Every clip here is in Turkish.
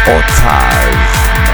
O tarz.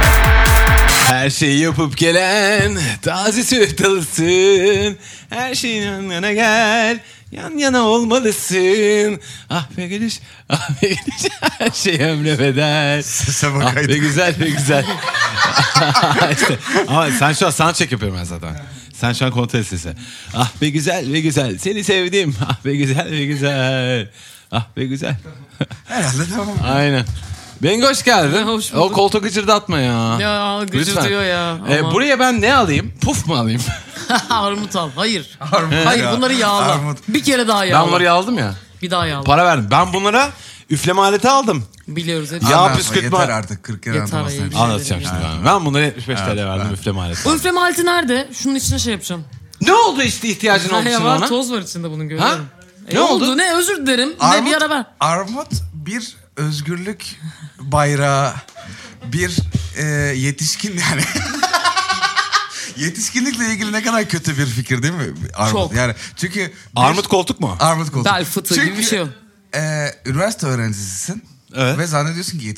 Her şeyi yapıp gelen taze süt alısın. Her şeyin yanına gel. Yan yana olmalısın. Ah be gülüş, ah be gülüş. Her şey ömre bedel. Sese Ah bakaydı. be güzel be güzel. İşte, ama sen şu an soundcheck yapıyorum ben zaten. Sen şu an kontrol sesi. Ah be güzel be güzel. Seni sevdim. Ah be güzel be güzel. Ah be güzel. Herhalde tamam. Aynen. Bengi hoş geldin. Hoş bulduk. O koltuğu gıcırdatma ya. Ya gıcırdıyor ya. Ama... Buraya ben ne alayım? Puf mu alayım? Armut al. Hayır. Armut Hayır ya. bunları yağla. Armut. Bir kere daha yağla. Ben bunları aldım ya. Bir daha yağla. Para verdim. Ben bunlara üfleme aleti aldım. Biliyoruz hep. Ya Anlatma, püskürtme. yeter artık 40 kere Yeter, anlatmasın. yeter. Anlatacağım şimdi ben bunlara 75 TL verdim evet. üfleme aleti. O üfleme aleti nerede? Şunun içine şey yapacağım. Ne oldu işte ihtiyacın olduğu için var, ona? toz var içinde bunun görüyorum. Ne oldu? Ne özür dilerim. Ne bir ara ver. Armut bir özgürlük bayrağı, bir yetişkin yani. Yetişkinlikle ilgili ne kadar kötü bir fikir değil mi? Armut. Çok. Yani çünkü Armut koltuk mu? Armut koltuk. Bel fıtığı gibi bir şey o. Üniversite öğrencisisin. Evet. Ve zannediyorsun ki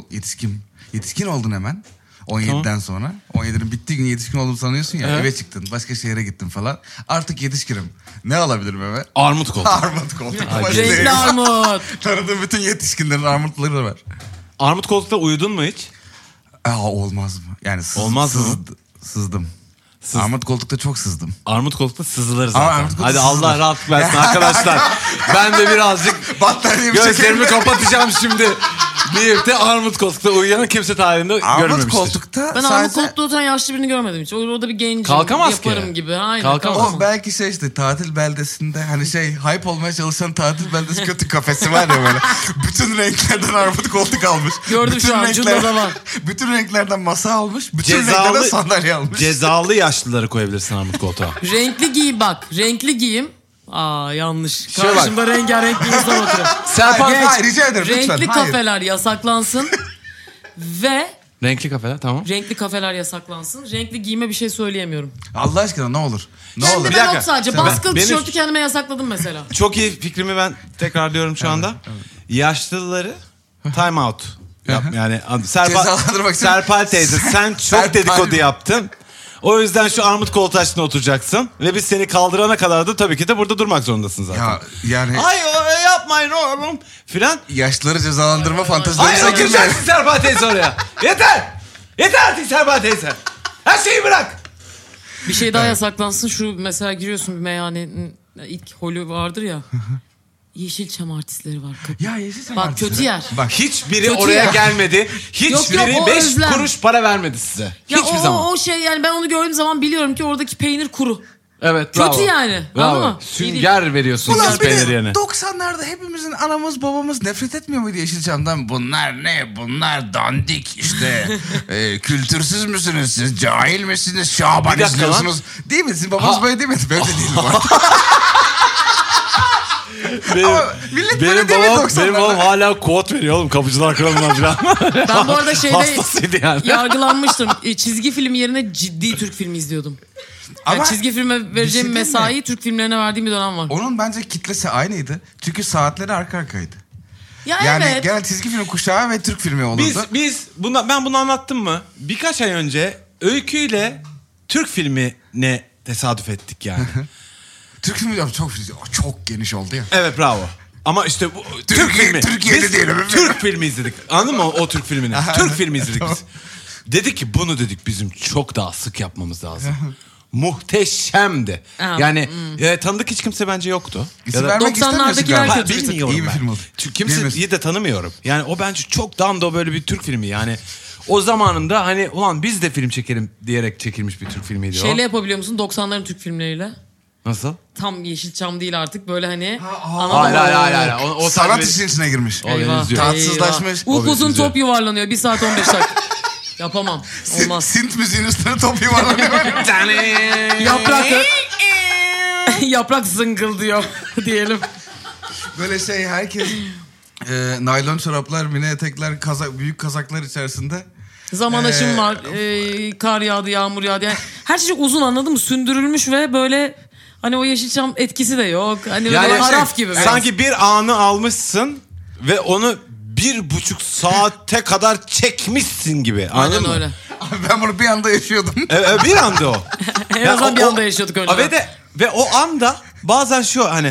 yetişkin oldun hemen. 17'den sonra. 17'nin bittiği gün yetişkin olduğunu sanıyorsun ya. Evet. Eve çıktın. Başka şehre gittin falan. Artık yetişkinim. Ne alabilirim eve? Armut koltuk. Armut koltuk. Başka Renkli değil. armut. Tanıdığım bütün yetişkinlerin armutları da var. Armut koltukta uyudun mu hiç? Olmaz mı? Yani Olmaz mı? Sızdım. Armut koltukta çok sızdım. Armut koltukta sızılır Ama zaten. armut koltukta Hadi sızılır. Allah rahatlık versin arkadaşlar. Ben de birazcık Battaniyemi gözlerimi çekelim. kapatacağım şimdi. Deyip de armut koltukta uyuyanı kimse tarihinde Armut görmemiştir. koltukta Ben armut koltukta oturan yaşlı birini görmedim hiç. Orada bir gencim. Kalkamaz ki. Yaparım gibi. Aynen. Kalkamaz. kalkamam. O belki şey işte tatil beldesinde hani hype olmaya çalışan tatil beldesi kötü kafesi var ya böyle. Bütün renklerden armut koltuk almış. Gördüm bütün şu an, Cunda'da var. Bütün renklerden masa almış. Bütün renklerden sandalye almış. Cezalı yaşlıları koyabilirsin armut koltuğa. Renkli giy bak. Renkli giyim. Aa yanlış. Şöyle bak. Karşımda rengarenk bir insan oturuyor. Serpal Hayır, rica ederim lütfen. Renkli Hayır. kafeler yasaklansın. Ve Renkli kafeler tamam. renkli kafeler yasaklansın. Renkli giyime bir şey söyleyemiyorum. Allah aşkına ne olur. Ne Kendi olur. Bir ben dakika. yok sadece. Sen- Baskılı benim- tişörtü kendime yasakladım mesela. Çok iyi fikrimi ben tekrarlıyorum şu anda. Yaşlıları time out. Yani Cezalandırmak için- Serpal teyze sen çok Serpal. dedikodu yaptın. O yüzden şu armut koltuğuna oturacaksın. Ve biz seni kaldırana kadar da tabii ki de burada durmak zorundasın zaten. Ya yani Ay öyle yapmayın oğlum filan. yaşlıları cezalandırma Ay fantazilerinize girmeyin. gireceksin Serpal teyze oraya. Yeter. Yeter artık Serpal teyze. Her şeyi bırak. Bir şey daha yasaklansın. Şu mesela giriyorsun bir meyhanenin ilk holü vardır ya. Yeşilçam artistleri var. Ya Yeşilçam Bak artistleri. kötü yer. Bak Hiçbiri Kötü oraya ya. gelmedi. Hiçbiri Yok, o 5 özlem. kuruş para vermedi size. Ya Hiçbir zaman. o şey yani ben onu gördüğüm zaman biliyorum ki oradaki peynir kuru. Evet Kötü bravo. yani, anladın Bravo. mı? Sünger veriyorsunuz ulan siz bir peynir de yerine. 90'larda hepimizin anamız babamız nefret etmiyor muydu Yeşilçam'dan? Bunlar ne? Bunlar dandik işte. Kültürsüz müsünüz siz? Cahil misiniz? Şaban Bir dakika izliyorsunuz. Değil mi? Sizin babanız Ha. böyle değil mi? Böyle de değil bu arada. Benim, millet böyle değil mi 90'larda? benim babam hala kod veriyor oğlum kapıcılar kralından falan. Ben bu arada şeyde Hastasıydı yani. yargılanmıştım. Çizgi film yerine ciddi Türk filmi izliyordum. Yani Ama çizgi filme vereceğim diyeyim mi? mesai Türk filmlerine verdiğim bir dönem var. Onun bence kitlesi aynıydı. Çünkü saatleri arka arkaydı. Ya Yani evet. genel çizgi film kuşağı ve Türk filmi olurdu. Ben bunu anlattım mı? Birkaç ay önce Öykü'yle Türk filmine tesadüf ettik yani. Türk filmi çok geniş oldu ya. Evet bravo. Ama işte bu Türk filmi. Türkiye'de Biz değil mi? Türk filmi izledik. Anladın mı o Türk filmini? Türk filmi izledik biz. Dedik ki bunu dedik bizim çok daha sık yapmamız lazım. Muhteşemdi. Yani tanıdık hiç kimse bence yoktu. İsim Ya da- vermek istemiyorsun 90'lardakiler galiba. kötü. bilmiyorum İyi bir ben. film oldu. Çünkü kimseyi Bilmiyorsun. de tanımıyorum. Yani o bence çok da böyle bir Türk filmi yani. O zamanında hani ulan biz de film çekelim diyerek çekilmiş bir Türk filmiydi Şeyle o. yapabiliyor musun 90'ların Türk filmleriyle? Nasıl? Tam Yeşilçam değil artık böyle hani. Hayır. O Sanat sadece- işin içine girmiş. O beni üzüyor. Tatsızlaşmış. Upuzun üzüyor. top yuvarlanıyor 1 saat 15 dakika. Yapamam. Olmaz. Sint müziğin üstüne top yuvarlanıyor. Yaprak yaprak zıngıldıyor diyelim. Böyle herkes naylon çoraplar, mini etekler, büyük kazaklar içerisinde. Zaman aşım var. Kar yağdı, yağmur yağdı. Yani her şey çok uzun anladın mı? Sündürülmüş ve böyle hani o Yeşilçam etkisi de yok. Hani Yani böyle Araf gibi. sanki bir anı almışsın ve onu bir 1,5 saate kadar çekmişsin gibi. Anladın Aynen mı? öyle. Abi ben bunu bir anda yaşıyordum. Bir anda o. En azından bir anda yaşıyorduk önceden. Ve o anda bazen şu hani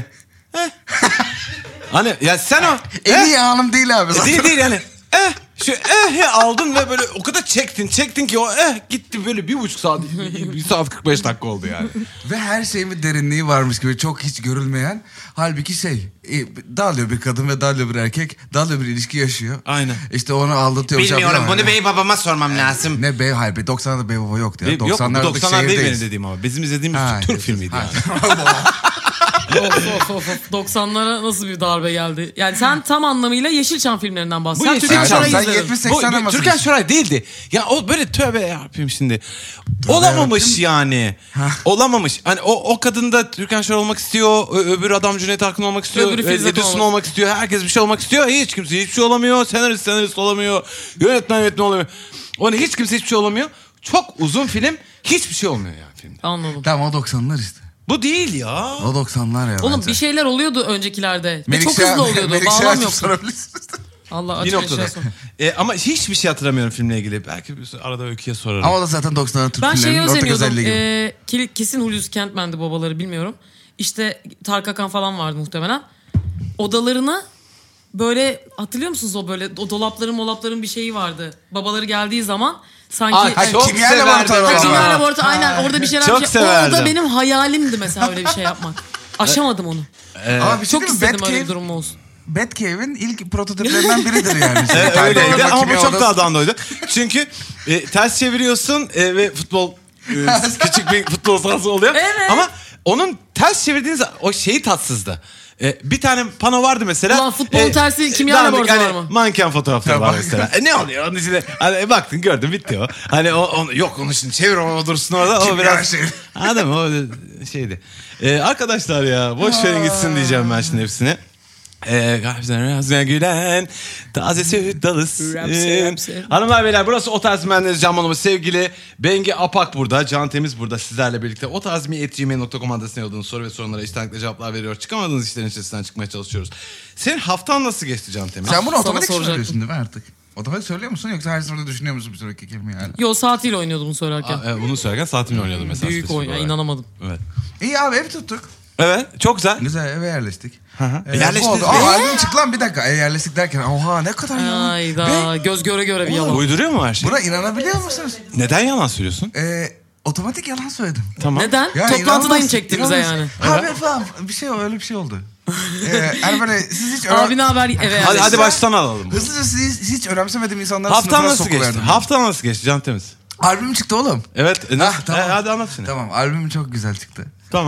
hani ya sen o En iyi anım değil abi. değil yani şu aldın ve böyle o kadar çektin ki o gitti böyle 1,5 saat 1 saat 45 dakika oldu yani. Ve her şeyin bir derinliği varmış gibi çok hiç görülmeyen. Halbuki dağılıyor bir kadın ve dağılıyor bir erkek. Dağılıyor bir ilişki yaşıyor. Aynen. İşte onu aldatıyormuş. Bilmiyorum abi. bunu bey babama sormam lazım. Ne bey hayır 90'larda bey baba yoktu ya. Yok bu 90'larda 90'lar değil benim dediğim ama. Bizim izlediğimiz Türk filmiydi yani. Of. 90'lara nasıl bir darbe geldi. Yani sen tam anlamıyla Yeşilçam filmlerinden bahsediyorsun. Bu Türkan Yeşilçam, Şoray'ı sen izledin. 70-80'e Bu Türkan Şoray değildi. Ya o böyle tövbe yapayım şimdi. Olamamış yani. Olamamış. Hani o kadın da Türkan Şoray olmak istiyor. Öbür adam Cüneyt Arkın olmak istiyor. Öbürü Filiz Akın Edison olmak istiyor. Herkes bir şey olmak istiyor. Hiç kimse hiçbir şey olamıyor. Senarist olamıyor. Yönetmen olamıyor. Hani hiç kimse hiçbir şey olamıyor. Çok uzun film. Hiçbir şey olmuyor yani filmde. Anladım. Tamam o 90'lar işte. Bu değil ya. O 90'lar ya. Oğlum bence. bir şeyler oluyordu öncekilerde. Ve çok Melikşah- hızlı oluyordu. Melikşah Bağlam açıp yoktu. sorabilirsiniz. Allah Bir açık noktada. eşya sor. Ama hiçbir şey hatırlamıyorum filmle ilgili. Belki arada Öykü'ye sorarım. Ama o da zaten 90'lar Türk Ben şeye filmlerinin ortak özeniyordum. özelliği gibi. Kesin Hulusi Kentmen'di babaları bilmiyorum. İşte Tarık Akan falan vardı muhtemelen. Odalarına böyle hatırlıyor musunuz o böyle o dolapların bir şeyi vardı. Babaları geldiği zaman sanki çok kimya severdim. laboratuvarı var. kimya laboratuvarı aynen orada bir şeyler Çok O severdim. da benim hayalimdi mesela öyle bir şey yapmak. Aşamadım onu. Ama bir şey Çok değil mi? istedim öyle bir Batcave, durum olsun. Batcave'in ilk prototiplerinden biridir yani. Öyleydi ama bu Kimya çok odası- daha dandoydu. Çünkü ters çeviriyorsun ve futbol küçük bir futbol sahası oluyor. Evet. Ama onun ters çevirdiğiniz o şeyi tatsızdı. Bir tane pano vardı mesela. Ulan futbolun tersi kimya dandik, laboratuvarı mı? Manken fotoğrafları var Tamam. mesela. Ne oluyor onun içinde? Hani baktın gördün bitti o. Hani yok onun için çevir o dursun orada. O Kimya biraz şey. adam o şeydi. Arkadaşlar ya boş verin gitsin diyeceğim ben şimdi hepsine. Kalbimden gülen taze süt dalısın. Rapsi. Hanımlar beyler burası O Tarz Menderes Can Bonomo. Sevgili Bengi Apak burada. Can Temiz burada sizlerle birlikte. otarzmi@gmail.com adresine yolladığınız soru ve sorunlara içtenlikle cevaplar veriyor. Çıkamadığınız işlerin içerisinden çıkmaya çalışıyoruz. Senin haftan nasıl geçti Can Temiz? Sen bunu Sana otomatik soracaktım. söylüyorsun değil mi artık? Otomatik söylüyor musun yoksa her sırada düşünüyor musun bir sonraki kelimeyi hala? Yo saatiyle oynuyordum bunu söylerken. Bunu söylerken saatimle oynuyordum mesela. Büyük spesifik oyun. olarak. İnanamadım. Evet. İyi abi ev tuttuk. Evet çok güzel. Güzel eve yerleştik. Yerleştiniz bu oldu. mi? Albüm çıktı lan bir dakika. Yerleştik derken oha ne kadar yalan. Ayda göz göre göre bir yalan. Uyduruyor mu her şey? Buna inanabiliyor musunuz? Neden yalan söylüyorsun? Otomatik yalan söyledim. Tamam. Neden? Ya Toplantıdayım inanılmaz, çektiğimize inanılmaz. yani. Abi falan bir şey öyle bir şey oldu. Yani böyle siz hiç Abi ne haber eve Hadi yerleştik. baştan alalım. hızlıca siz hiç önemsemediğim insanlara Haftan sınıfına nasıl geçti? sokuverdim. Haftan nasıl geçti Can Temiz? Albüm çıktı oğlum. Evet. Tamam. Hadi anlat şimdi. Tamam albüm çok güzel çıktı. Tamam.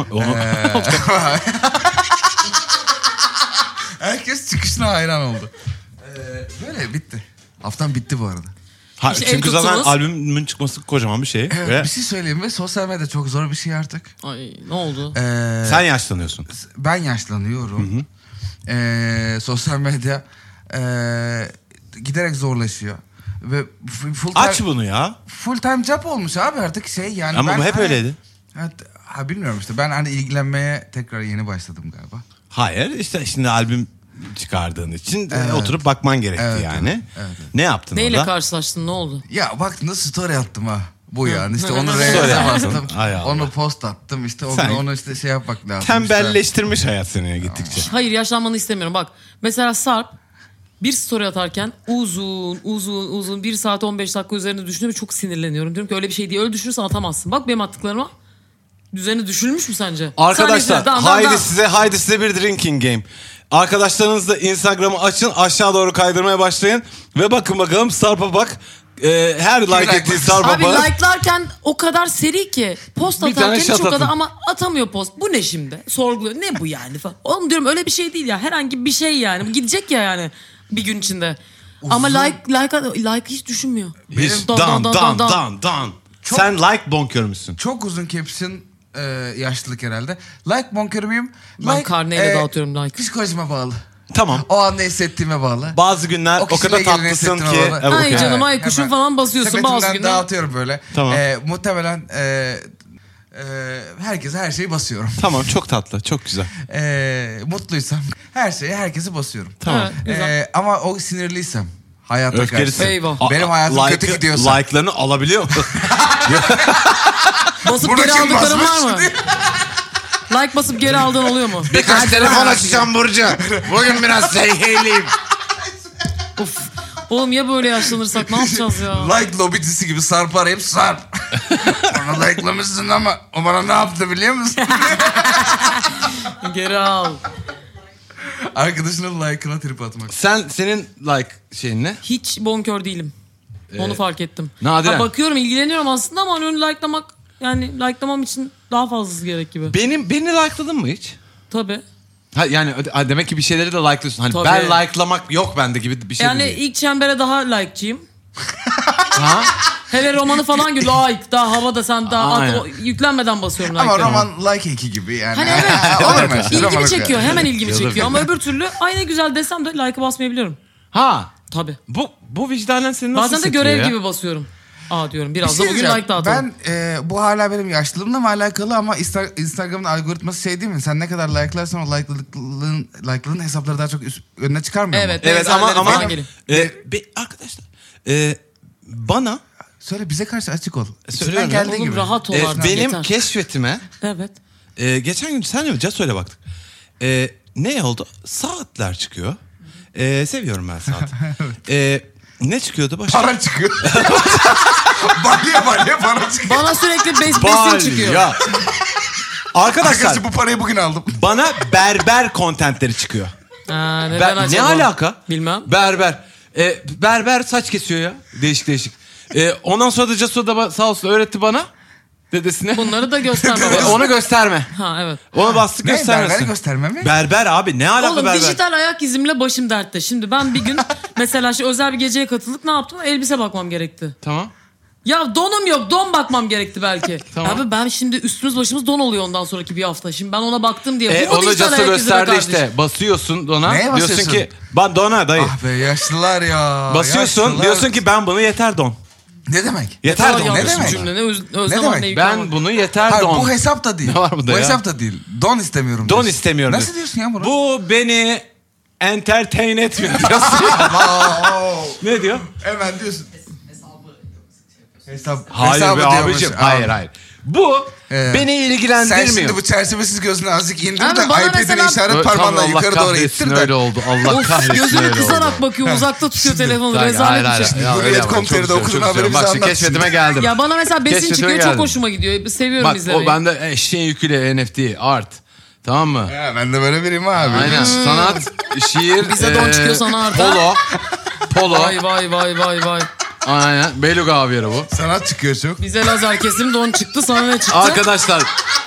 Herkes çıkışına hayran oldu. Böyle bitti. Haftam bitti bu arada. İşte Çünkü ev zaten tuttunuz. albümün çıkması kocaman bir şey. Evet, Ve bir şey söyleyeyim mi? Sosyal medya çok zor bir şey artık. Ay ne oldu? sen yaşlanıyorsun. Ben yaşlanıyorum. Sosyal medya giderek zorlaşıyor. Ve Aç bunu ya. full time job olmuş abi artık şey yani. Ama ben bu hep öyleydi. Bilmiyorum işte ben hani ilgilenmeye tekrar yeni başladım galiba. Hayır işte şimdi albüm çıkardığın için oturup bakman gerekti Evet, yani. evet. Ne yaptın Neyle orada? karşılaştın ne oldu? Ya bak nasıl story attım ha. Bu yani işte onu Story reels'e attın. bastım. Hay Allah. Onu post attım işte Sen- onu işte şey yapmak lazım. Tembelleştirmiş hayat seni gittikçe. Hayır yaşlanmanı istemiyorum. Bak mesela Sarp bir story atarken uzun 1 saat 15 dakika üzerine düşünüyorum ve çok sinirleniyorum. Diyorum ki öyle bir şey değil. Öyle düşünürsen atamazsın. Bak benim attıklarıma. Düzeni düşürülmüş mü sence? Arkadaşlar Dan. haydi size bir drinking game. Arkadaşlarınızla Instagram'ı açın aşağı doğru kaydırmaya başlayın ve bakın bakalım Sarp'a bak. Her like ettiği Sarp'a Abi bak. like'larken o kadar seri ki post Bir tane atarken hiç shot o kadar atın. ama atamıyor post. Bu ne şimdi? Sorguluyor. Ne bu yani falan. Oğlum diyorum öyle bir şey değil ya. Herhangi bir şey yani. Bu gidecek ya yani bir gün içinde. Ama like hiç düşünmüyor. Hiç Dan. dan. Sen like bonkör müsün? Çok uzun caption yaşlılık herhalde. Like bonkör müyüm? Ben karneyle dağıtıyorum like. Psikolojime bağlı. Tamam. O an ne hissettiğime bağlı. Bazı günler o kişiyle kadar ilgili tatlısın hissettiğime ki. bağlı. Evet, Ay okey. canım ay kuşun Hemen falan basıyorsun bazı Sepetimden günler. dağıtıyorum böyle. Tamam. Muhtemelen Herkese her şeyi basıyorum. Tamam, çok tatlı, çok güzel. Mutluysam her şeyi herkese basıyorum. Tamam. Evet, güzel. Ama o sinirliysem hayata Öfkelisin. karşı. Eyvah. Benim hayatım kötü gidiyorsa. Like'larını alabiliyor musun? Basıp Bunu geri kim aldıkların var basmış? mı? Like basıp geri aldığın oluyor mu? Birkaç telefon açacağım Burcu. Bugün biraz seyheyliyim. Of. Oğlum ya böyle yaşlanırsak ne yapacağız ya? Like lobicisi gibi Sarp arayıp Sarp. Bana like'lamışsın ama o bana ne yaptı biliyor musun? Geri al. Arkadaşının like'ına trip atmak. Senin like şeyin ne? Hiç bonkör değilim. Onu fark ettim. nadiren. Ha, bakıyorum, ilgileniyorum aslında ama onu likelamak, yani likelamam için daha fazlası gerek gibi. Beni like'ladın mı hiç? Tabii. Ha, yani demek ki bir şeyleri de like'lıyorsun. Hani Tabii. ben like'lamak yok bende gibi bir şey Yani değil. ilk çembere daha like'cıyım. Ha? Hele romanı falan gibi like, daha havada, sen daha Aynen. yüklenmeden basıyorum like. Ama roman like eki gibi yani. Hani evet. Olur mu? İlgimi Roman çekiyor, okuyor. hemen ilgimi Yazık. çekiyor ama öbür türlü aynı güzel desem de like'ı basmayabiliyorum. Ha. Tabii. Bu vicdanen seni nasıl Bazen de hissettiriyor görev ya? gibi basıyorum. Aa diyorum, Bir biraz şey da bugün diyeceğim. like dağıtalım. Ben bu hala benim yaşlılığımla mı alakalı ama Instagram'ın algoritması şey değil mi? Sen ne kadar like'larsan o like'lığın hesapları daha çok önüne çıkarmıyor mu? Evet. Evet ama Falan geliyor. arkadaşlar bana Söyle, bize karşı açık ol. Söylüyorum İçinden ya. geldiği Oğlum gibi. rahat ol artık, benim yeter. keşfetime Evet. geçen gün senle mi Caso'yla baktık. Ne oldu? Saatler çıkıyor. Seviyorum ben saat. Ne çıkıyordu başka? Para çıkıyor. balya para çıkıyor. Bana sürekli besin çıkıyor. Ya. Arkadaşlar Arkadaşlar bu parayı bugün aldım. bana berber kontentleri çıkıyor. Ha, neden Ne acaba? alaka? Bilmem. Berber. Berber saç kesiyor ya. Değişik değişik. Ondan sonra da Caso da sağ olsun öğretti bana. Dedesine. Bunları da gösterme. Onu gösterme. Ha evet. Onu bastık Ne? göstermesin. Berberi gösterme mi? Berber abi, ne alaka Oğlum berber? dijital ayak izimle başım dertte. Şimdi ben bir gün mesela özel bir geceye katıldık, ne yaptım? Elbise bakmam gerekti. Tamam. Ya donum yok, don bakmam gerekti belki. Tamam. Abi ben şimdi üstümüz başımız don oluyor ondan sonraki bir hafta. Şimdi ben ona baktım diye. Bu mu Onu dijital Caso ayak izime gösterdi kardeşim? işte. Basıyorsun dona. Neye Diyorsun basıyorsun? ki ben dona dayı. Ah be yaşlılar ya. Basıyorsun yaşlılar. diyorsun ki ben bunu yeter don. Ne demek? Yeter Aa, don. yanlış Ne diyorsun. demek? cümle. Ne özlem demek? anne yıkamadım. Ben bunu yeter Hayır, don. bu hesap da değil. Ne var burada bu ya? hesap da değil. Don istemiyorum. Don diyorsun. istemiyorum. Nasıl diyorsun. diyorsun ya bunu? Bu beni entertain etmiyor diyorsun. Ne diyor? Hemen diyorsun. Hesap. Hayır hesabı be diyormuş. abicim. Abi. Hayır. Bu beni Sen ilgilendirmiyor. şimdi bu çerçevesiz gözünü azıcık indir Abi de bana iPad'ine mesela- işaret parmağınla Allah yukarı doğru kahretsin, ittir de. öyle oldu. Allah Of, kahretsin gözünü öyle oldu. kısarak bakıyor, uzakta tutuyor telefonu. Hayır, Rezalet hayır, bir şey. hayır. Ya, öyle yapma. Hürriyet.com.tr'de Çok güzel, okuduğun çok haberi güzel. bize Bak şimdi anlat keşfetime geldim. Ya bana mesela besin Keşfetime çıkıyor, geldim. çok hoşuma gidiyor. Seviyorum Bak izlemeyi. o bende eşeğin yüküyle NFT, art. Tamam mı? Ha, ben de böyle biriyim abi. Aynen. Sanat, şiir, Bize don çıkıyor sana art. Polo. Vay vay vay vay vay. Aynen. Beluga abi yeri bu. Sanat çıkıyor çok. Bize lazer kesim don çıktı, sana ne çıktı? Arkadaşlar.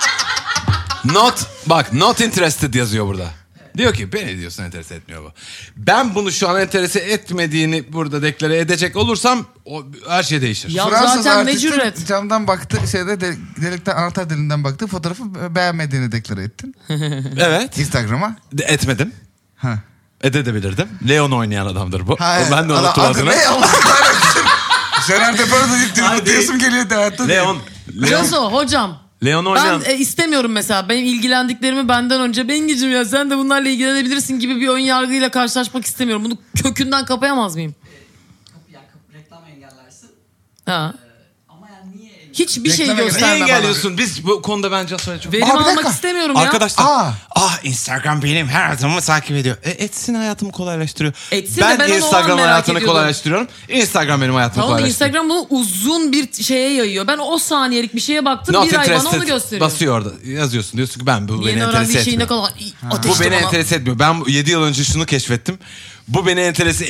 Not interested yazıyor burada. Diyor ki beni diyorsun enterese etmiyor bu. Ben bunu şu an enterese etmediğini burada deklare edecek olursam her şey değişir. Ya Fransız zaten ne artistin cüret. camdan baktı delikten anahtar deliğinden baktı fotoğrafı beğenmediğini deklare ettin. Evet. Instagram'a. Etmedim. Ha. Edebilirdim. Leon oynayan adamdır bu. Ben de Adam- unuttum adı adını. Ne Allah kahretsin. Şener Tepe'de Ay, diyorsun geliyor da hayatta değil. Leon. Caso hocam. Leon oynayan. Ben istemiyorum mesela. Benim ilgilendiklerimi benden önce Bengicim ya sen de bunlarla ilgilenebilirsin gibi bir ön yargıyla karşılaşmak istemiyorum. Bunu kökünden kapayamaz mıyım? Reklam engellersin. Ha. Ama yani niye Hiçbir şey Reklama Niye gösterme bana. engelliyorsun? Biz bu konuda bence Caso'ya çok... Verim Aa, bir almak dakika. istemiyorum ya. Arkadaşlar. Aa. Instagram benim her hayatımı takip ediyor. Etsin, hayatımı kolaylaştırıyor. Etsin de ben ben onu o an Instagram merak hayatını ediyordum. kolaylaştırıyorum. Instagram benim hayatımı Tamam da kolaylaştırıyor. Instagram bunu uzun bir şeye yayıyor. Ben o saniyelik bir şeye baktım, Not bir ay bana interested onu gösteriyor. basıyor orada. Yazıyorsun. Diyorsun ki ben bu beni Yeni enterese öğrendiği şeyi ne etmiyor. kadar Bu ateşli beni bana. enterese etmiyor. Ben 7 yıl önce şunu keşfettim. Bu beni enterese...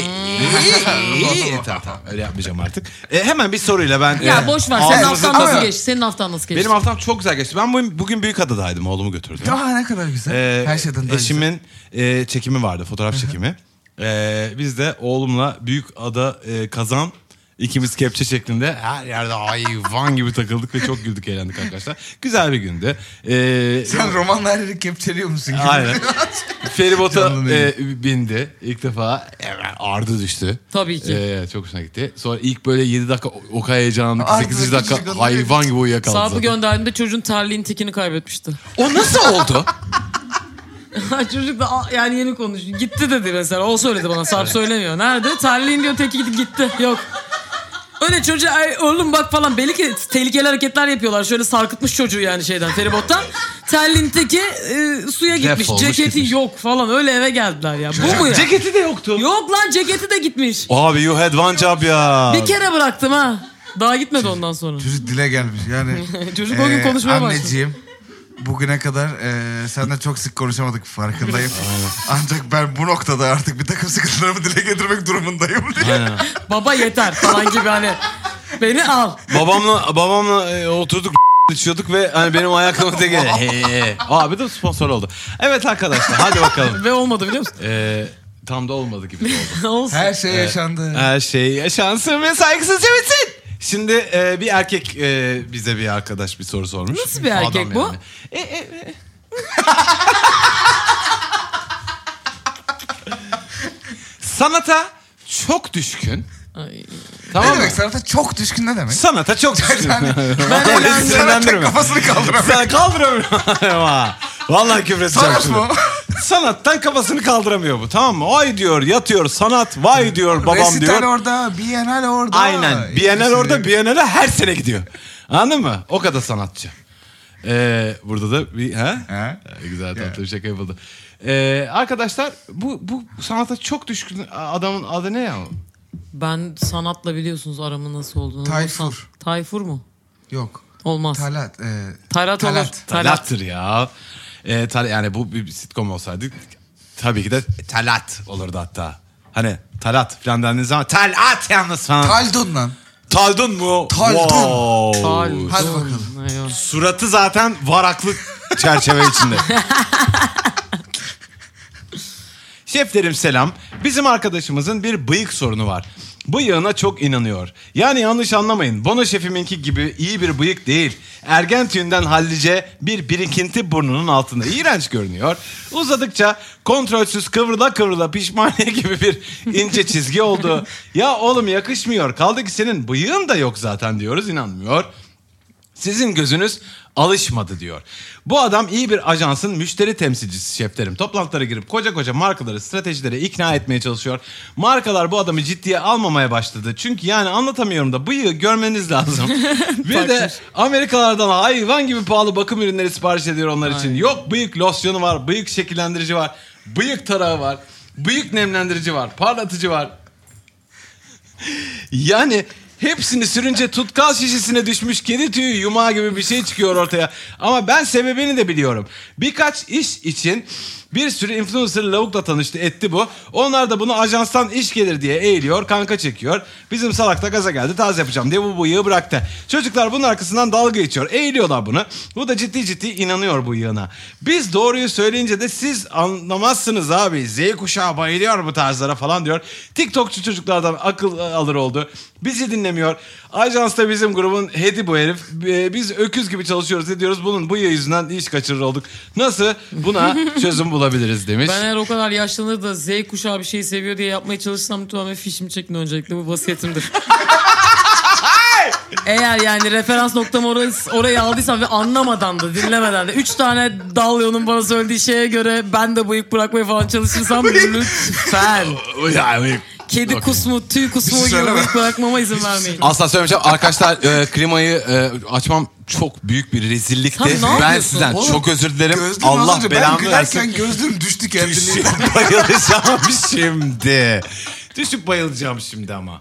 Tamam öyle yapmayacağım artık. Hemen bir soruyla ben... Ya boş ver, senin ağzımızı- haftan nasıl Ama- geçti? Senin haftan nasıl geçti? Benim haftam çok güzel geçti. Ben bugün Büyükada'daydım. Oğlumu götürdüm. Aa, ne kadar güzel. Her şeyden daha Eşimin çekimi vardı. Fotoğraf çekimi. Biz de oğlumla Büyükada Kazan İkimiz kepçe şeklinde her yerde hayvan gibi takıldık ve çok güldük, eğlendik arkadaşlar. Güzel bir gündü. Sen romanla her yeri kepçeliyor musun? Aynen. Feribota Canlı bindi ilk defa. Ardı düştü. Tabii ki. Çok hoşuna gitti. Sonra ilk böyle 7 dakika o kadar heyecanlandık. Ardı 8. dakika düştü. hayvan gibi uyuyakaldı Sarp'ı zaten. gönderdiğimde çocuğun terliğin tekini kaybetmişti. O nasıl oldu? Çocuk da yani yeni konuşuyor. Gitti dedi mesela. O söyledi bana. Sarp söylemiyor. Nerede? Terliğin diyor teki gitti. Yok. Öyle çocuğa "Ay oğlum bak" falan. Belli ki tehlikeli hareketler yapıyorlar. Şöyle sarkıtmış çocuğu yani feribottan. Terliğin teki suya gitmiş. Defolmuş Ceketi gitmiş. yok falan. Öyle eve geldiler ya. Bu mu ya? Ceketi de yoktu. Yok lan, ceketi de gitmiş. Abi you had one job ya. Bir kere bıraktım ha. Daha gitmedi ondan sonra. Çocuk dile gelmiş yani. Çocuk o gün konuşmaya başladı. Anneciğim, bugüne kadar seninle çok sık konuşamadık, farkındayım. Ancak ben bu noktada artık bir takım sıkıntılarımı dile getirmek durumundayım diye. Aynen. Baba yeter falan gibi hani. Beni al. Babamla oturduk içiyorduk ve hani benim ayakkabıma tek abi de sponsor oldu. Evet arkadaşlar hadi bakalım. Ve olmadı biliyor musun? Tam da olmadı gibi oldu. Olsun. Her şey yaşandı. Her şey yaşansın ve saygısızca bitsin. Şimdi bir erkek bize bir arkadaş bir soru sormuş. Nasıl bir erkek Adam bu? Yani. Sanata çok düşkün. Ay. Tamam Ne mı? demek sanata çok düşkün, ne demek? Sanata çok düşkün. Ben Öyle sinirlendirme. kafasını kaldıramıyorum. Sen kaldıramıyorum. Vallahi küfür edeceğim Sanat şimdi. mı? Sanattan kafasını kaldıramıyor bu, tamam mı? Ay diyor yatıyor sanat, vay diyor babam Resital diyor. orada, Biennale orada. Aynen. Biennale orada, Biennale her sene gidiyor. Anladın mı? O kadar sanatçı. Burada da bir güzel tatlı bir şaka yapıldı. Arkadaşlar bu sanata çok düşkün adamın adı ne ya? Ben sanatla biliyorsunuz aramın nasıl olduğunu. Tayfur. Tayfur mu? Yok. Olmaz. Talat. Talat olur. Talat. Talat'tır ya. Yani bu bir sitcom olsaydı tabii ki de Talat olurdu hatta. Hani Talat falan dendiğiniz zaman Talat yalnız falan. Taldun lan. Taldun mu? Taldun. Wow. Taldun. Hadi bakalım. Eyvah. Suratı zaten varaklı çerçeve içinde. Şeflerim selam. Bizim arkadaşımızın bir bıyık sorunu var. Bıyığına çok inanıyor. Yani yanlış anlamayın. Bono şefiminki gibi iyi bir bıyık değil. Ergen tüyünden hallice bir birikinti burnunun altında. İğrenç görünüyor. Uzadıkça kontrolsüz kıvrıla pişmaniye gibi bir ince çizgi oldu. Ya oğlum yakışmıyor. Kaldı ki senin bıyığın da yok zaten diyoruz. İnanmıyor. Sizin gözünüz alışmadı diyor. Bu adam iyi bir ajansın müşteri temsilcisi şeflerim. Toplantılara girip koca markaları, stratejileri ikna etmeye çalışıyor. Markalar bu adamı ciddiye almamaya başladı. Çünkü yani anlatamıyorum da bıyığı görmeniz lazım. Bir de Amerikalardan hayvan gibi pahalı bakım ürünleri sipariş ediyor onlar için. Aynen. Yok bıyık losyonu var, bıyık şekillendirici var, bıyık tarağı var, bıyık nemlendirici var, parlatıcı var. Yani hepsini sürünce tutkal şişesine düşmüş kedi tüyü yumağı gibi bir şey çıkıyor ortaya. Ama ben sebebini de biliyorum. Birkaç iş için bir sürü influencer lavukla tanıştı etti bu. Onlar da bunu ajanstan iş gelir diye eğiliyor, kanka çekiyor. Bizim salak da gaza geldi, taze yapacağım diye bu bıyığı bıraktı. Çocuklar bunun arkasından dalga geçiyor, eğiliyorlar bunu. Bu da ciddi inanıyor bu bıyığına. Biz doğruyu söyleyince de siz anlamazsınız abi. Z kuşağı bayılıyor bu tarzlara falan diyor. TikTokçu çocuklardan akıl alır oldu. Bizi dinlemiyor. Ajansta bizim grubun headi bu herif. Biz öküz gibi çalışıyoruz ediyoruz. Bunun bıyığı yüzünden iş kaçırır olduk. Nasıl buna çözüm bulabiliriz demiş. Ben eğer o kadar yaşlanır da Z kuşağı bir şey seviyor diye yapmaya çalışsam tamamen fişimi çekin öncelikle, bu vasiyetimdir. Eğer yani referans noktamı orayı aldıysam ve anlamadan da dinlemeden de 3 tane Dalyo'nun bana söylediği şeye göre ben de bıyık bırakmaya falan çalışırsam lütfen. Yani Kedi kusmu, tüy kusmu Bir şey gibi söyleme. bıyık bırakmama izin vermeyin. asla söylemeyeceğim. Arkadaşlar klimayı açmam çok büyük bir rezillikti. Sen ne Ben yapıyorsun? sizden Oğlum, çok özür dilerim. Gözlüğüm az Allah önce belamı ben versin. gülerken gözlüğüm düştü kendiliğinden. Düşüp bayılacağım şimdi. Düşüp bayılacağım şimdi ama.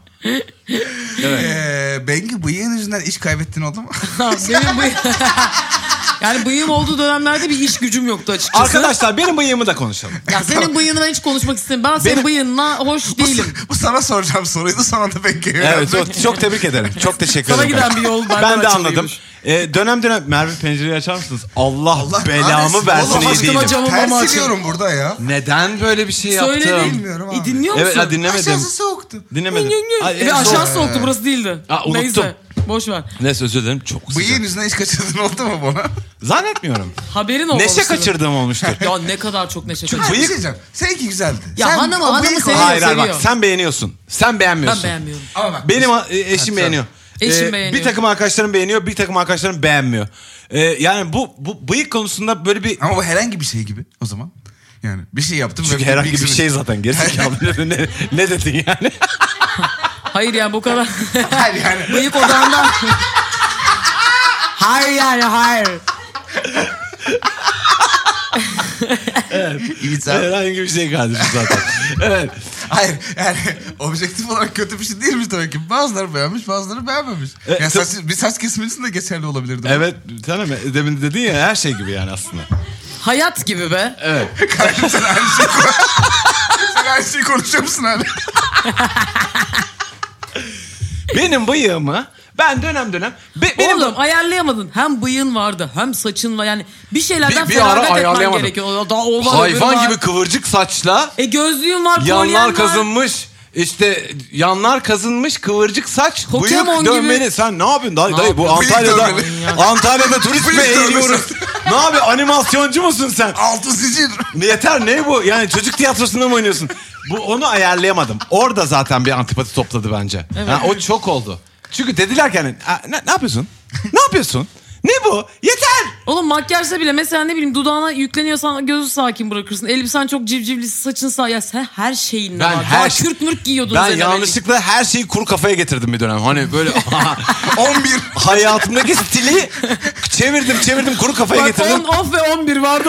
Bengi bıyığın yüzünden iş kaybettin oldu mu? Benim bıyık... Yani bıyığım olduğu dönemlerde bir iş gücüm yoktu açıkçası. Arkadaşlar benim bıyığımı da konuşalım. Ya senin bıyığını ben hiç konuşmak istemiyorum. Ben senin bıyığınla hoş değilim. Bu sana soracağım soruydu, sana da ben geliyorum. Evet çok tebrik ederim. Çok teşekkür Sana ederim. giden bir yol benden Ben de açılıymış. anladım. Dönem Merve pencereyi açar mısınız? Allah belamı kahretsin. versin Vallahi iyi aşkına değilim. camı mama Ters açın. ediyorum burada ya. Neden böyle bir şey yaptım? Söyledim. Bilmiyorum abi. Dinliyor musun? Evet ha, dinlemedim. Aşağısı soğuktu. Dinlemedim. Ay, Ve aşağı zor. soğuktu, burası değildi. Aa, unuttum. Neyse boş ver. Neyse özür dilerim. Çok sıcak. Bıyığın yüzünden hiç kaçırdın oldu mu bana? Zannetmiyorum. Haberin olmamıştır. Neşe kaçırdığım olmuştur. Ya ne kadar çok neşe Hayır, kaçırdım. bir şey diyeceğim. Seninki güzeldi. Ya Sen hanımı- o hanımı bıyık seviyor. olan- Hayır bak seviyor. sen beğeniyorsun. Sen beğenmiyorsun. Ben beğenmiyorum. Ama bak. Benim eşim Hatta- beğeniyor. Eşim beğeniyor. Bir takım arkadaşlarım beğeniyor, bir takım arkadaşlarım beğenmiyor. Yani bu bıyık konusunda böyle bir... Ama bu herhangi bir şey gibi o zaman. Yani bir şey yaptım. Çünkü ve herhangi bir bıyıksız- şey zaten gerizekalı. ne dedin yani? Hayır yani bu kadar. Hayır yani. Bıyık odağında. Hayır yani hayır. İnsan. Herhangi bir şey kardeşim zaten. Evet. Hayır yani objektif olarak kötü bir şey değilmiş demek ki. Bazıları beğenmiş, bazıları beğenmemiş. Yani bir saç kesmesi de geçerli olabilirdi. Evet tamam demin dedin ya her şey gibi yani aslında. Hayat gibi be. Evet. Kardeşim sen aynı şeyi konuşuyor musun hala? Benim bıyığımı ben dönem benim Oğlum ayarlayamadın. Hem bıyığın vardı hem saçın var. Yani bir şeylerden Bir ara feragat etmen ayarlayamadım. gerekiyor. O var, öbürü hayvan var. gibi kıvırcık saçla Gözlüğün var, kolyen yanlar var. kazınmış. İşte yanlar kazınmış kıvırcık saç, Pokemon bıyık dönmeli. gibi. Sen ne yapıyorsun dayı? Ne Dayı bu yapıyorsun? Antalya'da Bıyık dönmeli. Antalya'da turist mi Bıyık dönmesi. eğiliyoruz? Ne yapıyorsun? Animasyoncu musun sen? Altı sicil. Yeter ne bu? Yani çocuk tiyatrosunda mı oynuyorsun? Onu ayarlayamadım. Orada zaten bir antipati topladı bence. Evet. Yani o çok oldu. Çünkü dediler ki hani, ne yapıyorsun? Ne yapıyorsun? Ne bu? Yeter! Oğlum makyajda bile mesela ne bileyim dudağına yükleniyorsan gözü sakin bırakırsın. Elbisen çok civcivlisi, saçın sağ. Ya sen her şeyin Ben var. her Daha şey- kürk mürk giyiyordun. Ben Zeynep yanlışlıkla her şeyi kuru kafaya getirdim bir dönem. Hani böyle 11. hayatımdaki stili çevirdim kuru kafaya Bak getirdim. 10 off ve 11 vardı.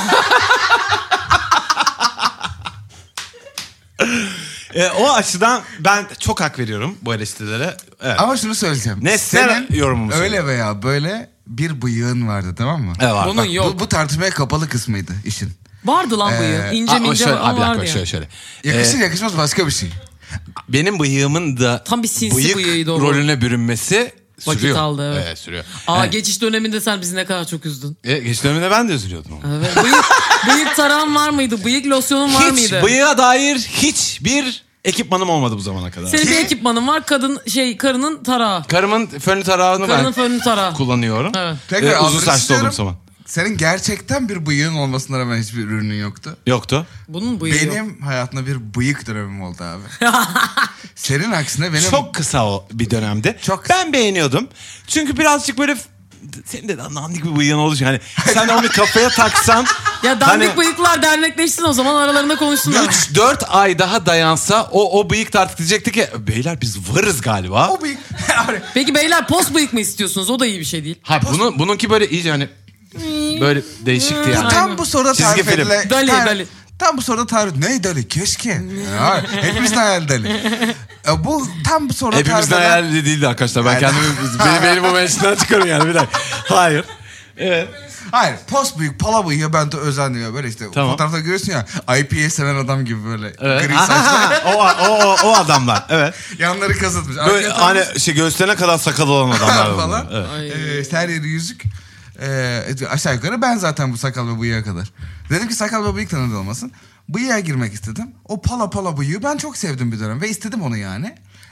O açıdan ben çok hak veriyorum bu eleştirilere. Evet. Ama şunu söyleyeceğim. Nesne yorumumuz. öyle veya böyle bir bıyığın vardı, tamam mı? Evet, var. Bunun Bak, yok. Bu tartışmaya kapalı kısmıydı işin. Vardı lan bıyığı. İnce Aa, mince şöyle, ama bir vardı dakika ya. şöyle. Yakışır yakışmaz başka bir şey. Benim bıyığımın da Tam bir sinsi bıyık bıyığıydı o. rolüne bürünmesi Vakit sürüyor. aldı, evet. Sürüyor. Aa geçiş döneminde sen bizi ne kadar çok üzdün. Geç döneminde ben de üzülüyordum. Ama. Evet. Bıyık taran var mıydı? Bıyık losyonun var Hiç mıydı? bıyığa dair hiçbir ekipmanım olmadı bu zamana kadar. Senin bir ekipmanın var. Karının tarağı. Karımın fönlü tarağını Karının ben fönlü tarağı. kullanıyorum. Evet. Tekrar Uzun almak saçlı istiyorum. olduğum zaman. Senin gerçekten bir bıyığın olmasına rağmen hiçbir ürünün yoktu. Yoktu. Bunun bıyığı yok. Benim hayatımda bir bıyık dönemim oldu abi. Senin aksine benim... Çok kısa o bir dönemde. Çok- Ben beğeniyordum. Çünkü birazcık böyle senin de dandik bir bıyığın olduğu için hani sen onu kafaya taksan Ya dandik hani bıyıklar dernekleşsin o zaman aralarında konuşsunlar. 3-4 ay daha dayansa o bıyık da artık diyecekti ki beyler biz varız galiba. O bıyık... Abi, Peki beyler post bıyık mı istiyorsunuz? O da iyi bir şey değil. Ha bununki böyle iyice hani böyle değişikti yani. tam bu soruda Çizgi tarif film. edilen... Dali. Tam bu soruda tarif... Ne Dali? Keşke. Ya, hepimizin hayal Dali. Bu tam bu soruda Hepimizin tarif edilen... hayali değildi arkadaşlar. Ben Yani- kendimi benim bu menşinden çıkarım yani bir dakika. Hayır. Evet. Hayır, post bıyık, pala bıyığı ben de özenmiyor. Böyle işte Tamam. fotoğrafta görüyorsun ya, IPA seven adam gibi böyle. Evet. Gri saçlı. o adamlar. Evet. Yanları kazıtmış. Böyle Arkaya hani göğüslerine kadar sakal olan adamlar falan. bunlar. Evet. Ay. Her yeri yüzük. Aşağı yukarı ben zaten bu sakal ve bıyığa kadar. Dedim ki sakal ve bıyık tanıdığı olmasın. Bıyığa girmek istedim. O pala bıyığı ben çok sevdim bir dönem ve istedim onu yani.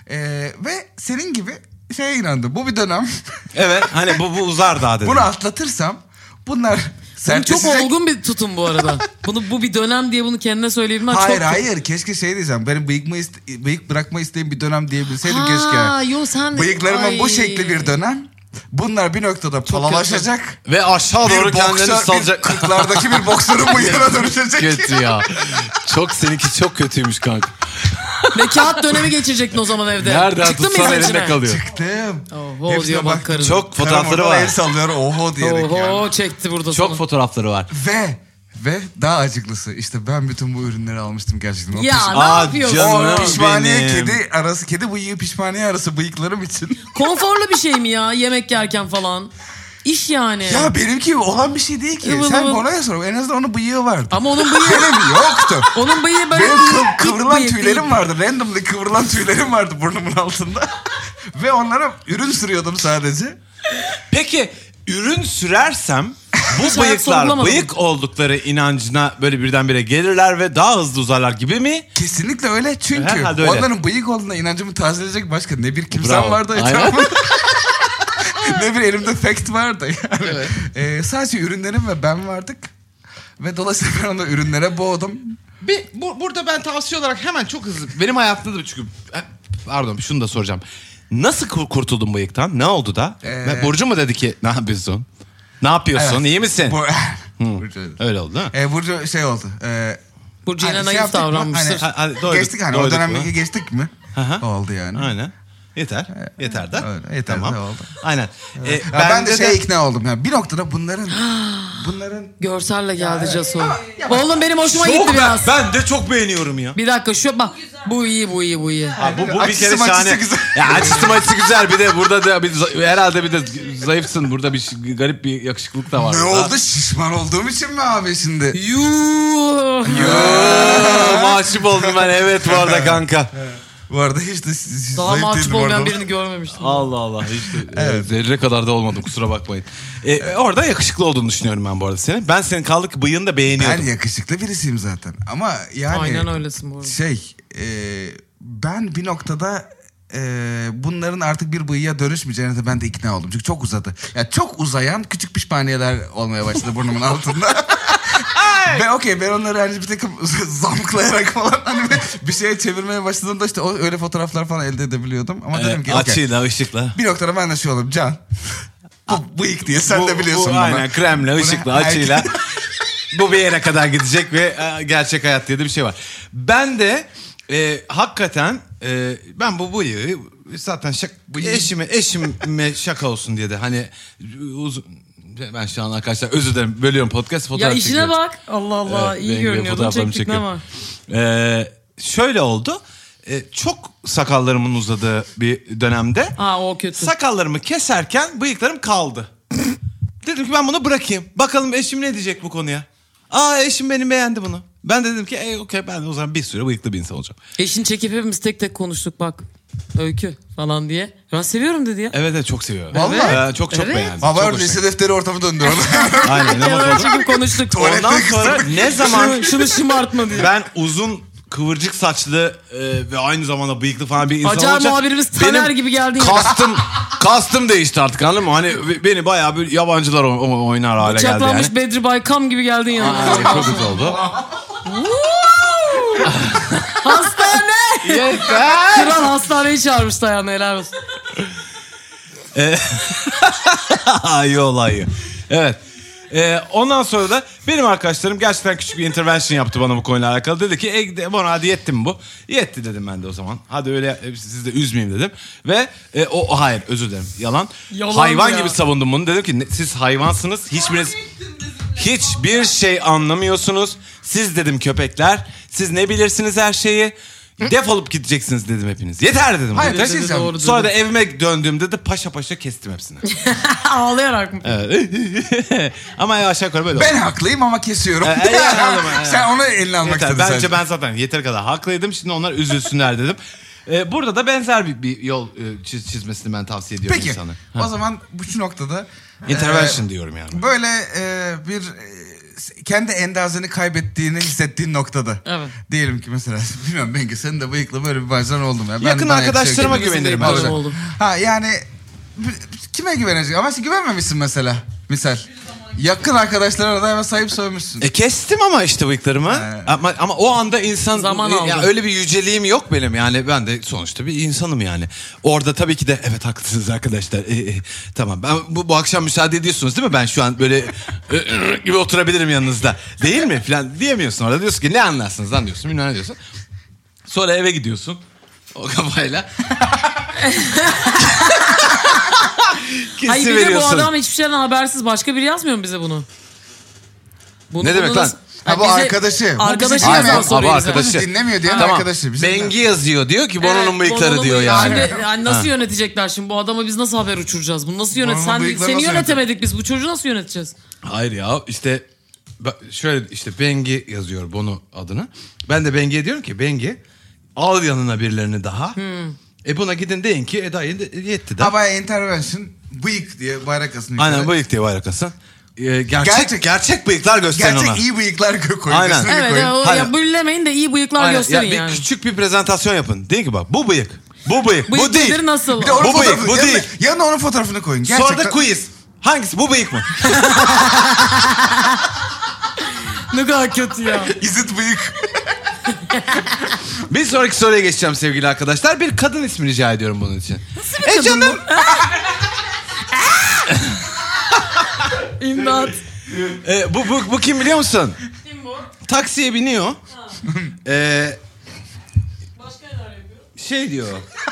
Ve senin gibi şeye inandım. Bu bir dönem. Evet hani bu uzar daha dedim. Bunu atlatırsam bunlar Senin çok sertleşecek. olgun bir tutum bu arada. Bu bir dönem diye bunu kendine söyleyebilmen Hayır çok... hayır keşke şey diyeceğim. Benim bıyık bırakma isteğim bir dönem diyebilseydim Ha, keşke. yo sen de... Bıyıklarımın bu Ay. şekli bir dönem. Bunlar bir noktada palalaşacak. Ve aşağı doğru kendilerini salacak. 40'lardaki bir boksörün bıyığına dönüşecek. Kötü ya. Seninki çok kötüymüş kanka. Ve kağıt dönemi geçirecektin o zaman evde. Nereden Çıktın mı tutsan izin elinde içine? kalıyor. Çıktım. Oho Hepsine diyor bak bak. karın. Çok Karım fotoğrafları orada var. el sallıyor oho diyerek Oho yani. çekti burada Çok sana. fotoğrafları var. Ve daha acıklısı işte ben bütün bu ürünleri almıştım gerçekten. O Ya ne Aa, yapıyorsun? canım. o pişmaniye benim. kedi bıyığı pişmaniye arası bıyıklarım için. Konforlu bir şey mi ya yemek yerken falan? İş yani. Ya benimki olan bir şey değil ki. Ivıl Sen ıvıl. Bona'ya sor. En azından onun bıyığı vardı. Ama onun bıyığı... Benim yoktu. onun bıyığı böyle... Benim ip kıvrılan bıyık tüylerim değil. vardı. Randomly kıvrılan tüylerim vardı burnumun altında. Ve onlara ürün sürüyordum sadece. Peki ürün sürersem bu hayat bıyıklar sorgulamadım. bıyık oldukları inancına böyle birdenbire gelirler ve daha hızlı uzarlar gibi mi? Kesinlikle öyle çünkü Herhalde öyle. onların bıyık olduğuna inancımı tazeleyecek başka ne bir kimsem Bravo. vardı Aynen. etrafımda. Ne bir elimde fact vardı yani. Sadece ürünlerim ve ben vardık. Ve dolayısıyla ben onu ürünlere boğdum. Burada ben tavsiye olarak hemen çok hızlı. Benim hayatımda da çünkü... Pardon şunu da soracağım. Nasıl kurtuldun bıyıktan? Ne oldu da? Burcu mu dedi ki ne yapıyorsun? Ne yapıyorsun? Evet. İyi misin? Burcu Öyle oldu değil mi? Burcu şey oldu. Burcu yine Hani naif yaptık mı? davranmıştır. Hadi doyduk, Geçtik hani o doyduk dönemi mu? geçtik mi? Hı. Oldu yani. Aynen. Yeter. Yeter de. Öyle, yeter tamam. de oldu. Aynen. Ya ben de şeye ikna oldum yani. Bir noktada bunların Görselle geldi Caso. Oğlum benim hoşuma gitti Çok biraz. ben de çok beğeniyorum ya. Bir dakika şu bak. Bu iyi. Bu bir Açısı kere maçısı şahane. güzel. Ya açısı maçısı güzel. Bir de burada da herhalde bir de zayıfsın. Burada bir garip bir yakışıklılık da var. ne burada. oldu? Şişman olduğum için mi abi şimdi? Yuh. Mahcup oldum ben. Evet bu arada kanka. Bu arada hiç de Daha zayıf mahcup değildim olmayan orada. birini görmemiştim. Allah Allah. Hiç de, zerre kadar da olmadım kusura bakmayın. Orada yakışıklı olduğunu düşünüyorum ben bu arada senin. Ben senin kaldık bıyığını da beğeniyordum. Ben yakışıklı birisiyim zaten. Ama yani... Aynen öylesin bu arada. Ben bir noktada bunların artık bir bıyığa dönüşmeyeceğine de ben de ikna oldum. Çünkü çok uzadı. Ya çok uzayan küçük pişmaniyeler olmaya başladı burnumun altında. Ve okey ben onları hani bir takım zamklayarak falan hani bir şeye çevirmeye başladığımda işte öyle fotoğraflar falan elde edebiliyordum. Ama dedim ki okey. Açıyla ışıkla. Bir noktada ben de şey oldum Can. Bu bıyık diye sen de biliyorsun bunu. Aynen kremle, ışıkla, açıyla. Bu bir yere kadar gidecek ve gerçek hayat diye de bir şey var. Ben de hakikaten ben bu bıyığı zaten eşime şaka olsun diye de hani uzun... Ben şu an arkadaşlar özür dilerim bölüyorum podcast fotoğraf Ya işine çekiyorum. bak. Allah Allah iyi görünüyordun. fotoğraflarımı Çektik ne var? Şöyle oldu. Çok sakallarımın uzadığı bir dönemde O kötü. sakallarımı keserken bıyıklarım kaldı. Dedim ki ben bunu bırakayım. Bakalım eşim ne diyecek bu konuya. Eşim benim beğendi bunu. Ben de dedim ki okey ben de o zaman bir süre bıyıklı bir insan olacağım. Eşini çekip hepimiz tek tek konuştuk bak. Öykü falan diye. Ben seviyorum dedi ya. Evet çok seviyorum. Vallahi. Çok Evet. beğendim. Ama Çok lise hoşuma defteri ortamı döndü orada. Aynen ne Kenara oldu? çekip konuştuk. Ondan sonra ne zaman Şunu şımartma diye. ben uzun kıvırcık saçlı ve aynı zamanda bıyıklı falan bir insan Acar olunca muhabirimiz Taner gibi geldi ya. kastım değişti artık anladın mı? Hani beni bayağı bir yabancılar oynar hale geldi yani. Bıçaklanmış Bedri Baykam gibi geldin ya. Çok güzel oldu. Hastane. Yeter. Kral hastaneyi çağırmış Dayan'a helal olsun. İyi olay. Evet. Ondan sonra da benim arkadaşlarım gerçekten küçük bir intervention yaptı bana bu konuyla alakalı. Dedi ki bana hadi yetti mi bu? Yetti dedim ben de o zaman. Hadi öyle sizi de üzmeyeyim dedim. Ve hayır özür dilerim yalan. Hayvan ya. gibi savundum bunu. Dedim ki siz hayvansınız. Hiçbir şey anlamıyorsunuz. Siz dedim köpekler. Siz ne bilirsiniz her şeyi. Defolup gideceksiniz dedim hepiniz. Yeter dedim. Hayır, Yeter. bir şey diyeceğim. Doğru dedi. Sonra da evime döndüğümde de paşa paşa kestim hepsini. Ağlayarak mı? Evet. Ama aşağı yukarı böyle Ben haklıyım ama kesiyorum. yani. Sen onu eline almak Yeter. istedin Bence sadece. ben zaten yeteri kadar haklıydım. Şimdi onlar üzülsünler dedim. Burada da benzer bir yol çizmesini ben tavsiye ediyorum Peki insana. o zaman şu noktada Intervention diyorum yani. böyle bir kendi endazını kaybettiğini hissettiğin noktada. Evet. Diyelim ki mesela bilmiyorum Bengi senin de bıyıklı böyle bir bazen oldum ya. Yakın arkadaşlarıma güvenirim ben. Hepimizin oldu. Ha yani kime güvenecek? Ama sen güvenmemişsin mesela. Misal. Yakın arkadaşlarına da hemen sayıp sövmüşsün. Kestim ama işte bıyıklarımı. Ama o anda insan Zaman aldı. ya öyle bir yüceliğim yok benim yani ben de sonuçta bir insanım yani. Orada tabii ki de evet haklısınız arkadaşlar. Tamam ben bu akşam müsaade ediyorsunuz değil mi? Ben şu an böyle gibi oturabilirim yanınızda. Değil mi falan diyemiyorsun orada. Diyorsun ki ne anlarsınız lan diyorsun. Bilmem ne diyorsun. Sonra eve gidiyorsun. O kafayla. Hayır bir de bu adam hiçbir şeyden habersiz. Başka biri yazmıyor mu bize bunu? Ne demek lan? Ha bu bize- arkadaşı. Bu Arkadaşı bizi yazan dinlemiyor. soruyu Abi bize. arkadaşı. Bizi dinlemiyor diyen Tamam. arkadaşı. Bizim de- Bengi yazıyor diyor ki Bono'nun Evet, bıyıkları Bono'nun diyor bıyıkları. yani. Şimdi, yani nasıl yönetecekler şimdi bu adamı, biz nasıl haber uçuracağız? Bunu nasıl Bono'nun Seni bıyıkları nasıl yönetemedik biz, bu çocuğu nasıl yöneteceğiz? Hayır ya işte şöyle işte Bengi yazıyor Bono adını. Ben de Bengi'ye diyorum ki Bengi al yanına birilerini daha. Buna gidin deyin ki Eda yetti de. Havaya intervention bıyık diye bayrak asın. Aynen bıyık diye bayrak asın. Gerçek bıyıklar gösterin Gerçek ona. iyi bıyıklar koyun. Aynen. Kesinlikle Evet koyun. o, Hayır. ya büllemeyin de iyi bıyıklar Aynen. gösterin Bir yani. küçük bir prezentasyon yapın. Deyin ki bak bu bıyık. Bu bıyık. Bıyık Bu değil. nedir, nasıl? Bir de onun Bu bıyık, fotoğrafını, bu yanına, değil. yanına onun fotoğrafını koyun. Gerçekten. Sonra da quiz. Hangisi? Bu bıyık mı? Ne kadar kötü ya. Is it bıyık? Bir sonraki soruya geçeceğim sevgili arkadaşlar. Bir kadın ismi rica ediyorum bunun için. Nasıl bir kadın canım. İmdat. Bu kim biliyor musun? Kim bu? Taksiye biniyor. Başka neler yapıyor? Şey diyor.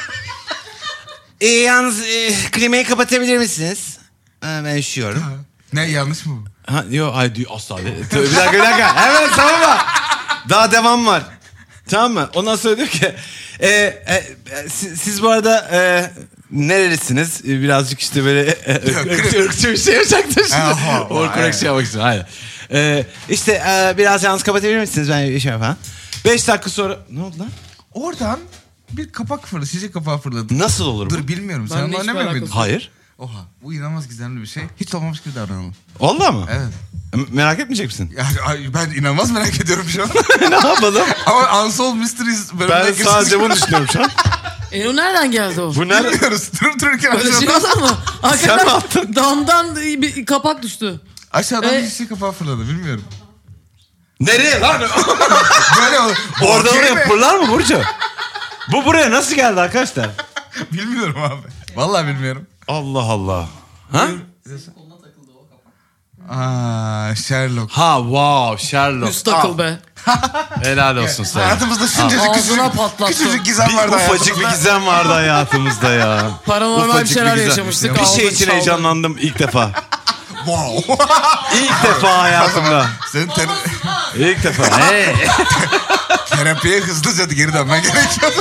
Yalnız klimayı kapatabilir misiniz? Ben üşüyorum. Ne yanlış mı bu? Yok hayır diyor asla. Bir dakika. Evet tamam mı? Daha devam var. Tamam mı? Ondan sonra diyor ki siz bu arada nerelisiniz? Birazcık işte böyle ırkçı bir şey yapacaktır şimdi. Korkarak şey yapmak istiyorum. Hayır. İşte biraz yalnız kapatabilir misiniz? Ben yaşıyorum falan. 5 dakika sonra ne oldu lan? Oradan bir kapak fırladı. Şişe kapağı fırladı. Nasıl olur bu? Dur bilmiyorum. Ben Sen de onu hiçbir oynamıyor muydun? alakası Hayır. Oha. Bu inanılmaz gizemli bir şey. Hiç olmamış gibi davranalım. Vallahi mı? Evet. Merak etmeyecek misin? Ya, ben inanılmaz merak ediyorum şu an. Ne yapalım? Ama Unsolved Mysteries Ben sadece bunu düşünüyorum şu an. O nereden geldi o? Bu nerede? Bilmiyoruz. Durup dururken Öyle şey aşağıdan, olur mu? Sen mi attın? Damdan bir kapak düştü. aşağıdan bir şişe kapağı fırladı. Bilmiyorum. Nereye lan? Böyle olur. Orada Okey oraya mi? fırlar mı Burcu? Bu buraya nasıl geldi arkadaşlar? Bilmiyorum abi. Vallahi bilmiyorum. Allah Allah. Ha? Koluna takıldı o kapak. Aa, Sherlock. Ha wow Sherlock. Üst takıl be. Helal olsun sana. Hayatımızda şuncacık Ağzına patlattı. küçücük gizem vardı Ufacık bir hayatımızda. gizem vardı hayatımızda ya. Paranormal bir Ufacık şeyler gizem. yaşamıştık. Bir şey aldın, için çaldın. heyecanlandım ilk defa. Wow. İlk defa hayatımda. Senin İlk defa. Hey. terapiye hızlıca geri dönmen gerekiyor.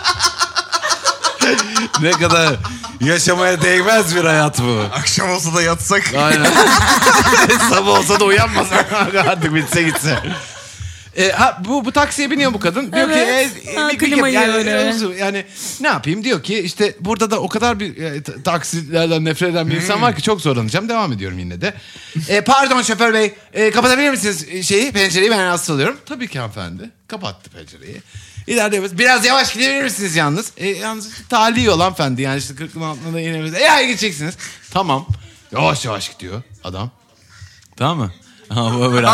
Ne kadar yaşamaya değmez bir hayat bu. Akşam olsa da yatsak. Aynen. Sabah olsa da uyanmasak artık bitse gitse. Bu taksiye biniyor bu kadın. Diyor Evet. ki Ha, bir klimayı yani, öyle. yani ne yapayım diyor ki işte burada da o kadar bir taksilerden nefret eden bir insan var ki çok zorlanacağım. Devam ediyorum yine de. Pardon şoför bey kapatabilir misiniz pencereyi, ben rahatsız oluyorum. Tabii ki hanımefendi. Kapattı pencereyi. İlerliyoruz. Biraz yavaş gidebilir misiniz yalnız? Yalnız talih yol hanımefendi. Yani işte 40'ın altında da inemiyoruz. Ya gideceksiniz. Tamam. Yavaş yavaş gidiyor adam. Tamam mı? Ama böyle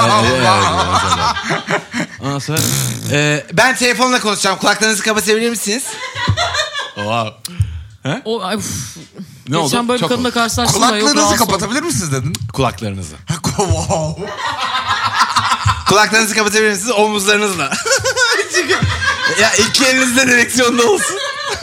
ondan sonra ben telefonla konuşacağım. Kulaklarınızı kapatabilir misiniz? Wow. O, ay, uf. Ne oldu? Geçen böyle bir Çok kadınla oldu. karşılaştım da yok, Kulaklarınızı rahatsız oldum. kapatabilir misiniz dedin? Kulaklarınızı. Wow. Kulaklarınızı kapatabilir misiniz? Omuzlarınızla. Çünkü ya iki elinizde direksiyonda olsun.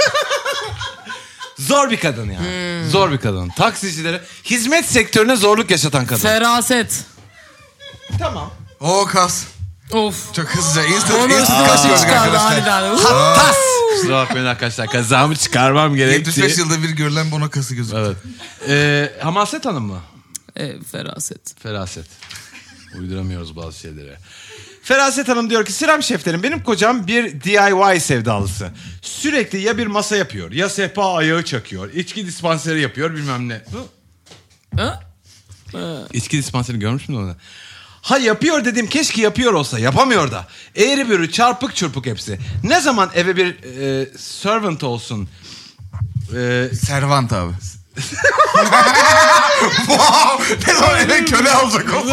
Zor bir kadın ya. Zor bir kadın. Taksicilere, hizmet sektörüne zorluk yaşatan kadın. Feraset. Tamam. O kas. Of. Çok hızlıca. Instant Onu kas üstüne gördük çıkardı arkadaşlar. aniden. Tas. Kusura bakmayın arkadaşlar. Kazamı çıkarmam 75 gerekti. yılda bir görülen bono kası gözüktü. Evet. Hamaset Hanım mı? Feraset. Feraset. Uyduramıyoruz bazı şeyleri. Feraset Hanım diyor ki selam şeflerim, benim kocam bir DIY sevdalısı. Sürekli ya bir masa yapıyor, ya sehpa ayağı çakıyor, içki dispanseri yapıyor, bilmem ne. Ha? İçki dispanseri görmüş müydün onu? Ha yapıyor dedim, keşke yapıyor olsa, yapamıyor da. Eğri bürü çarpık çırpık hepsi. Ne zaman eve bir servant olsun... Servant abi. Wow. Ne zaman eve köle alacak olsa.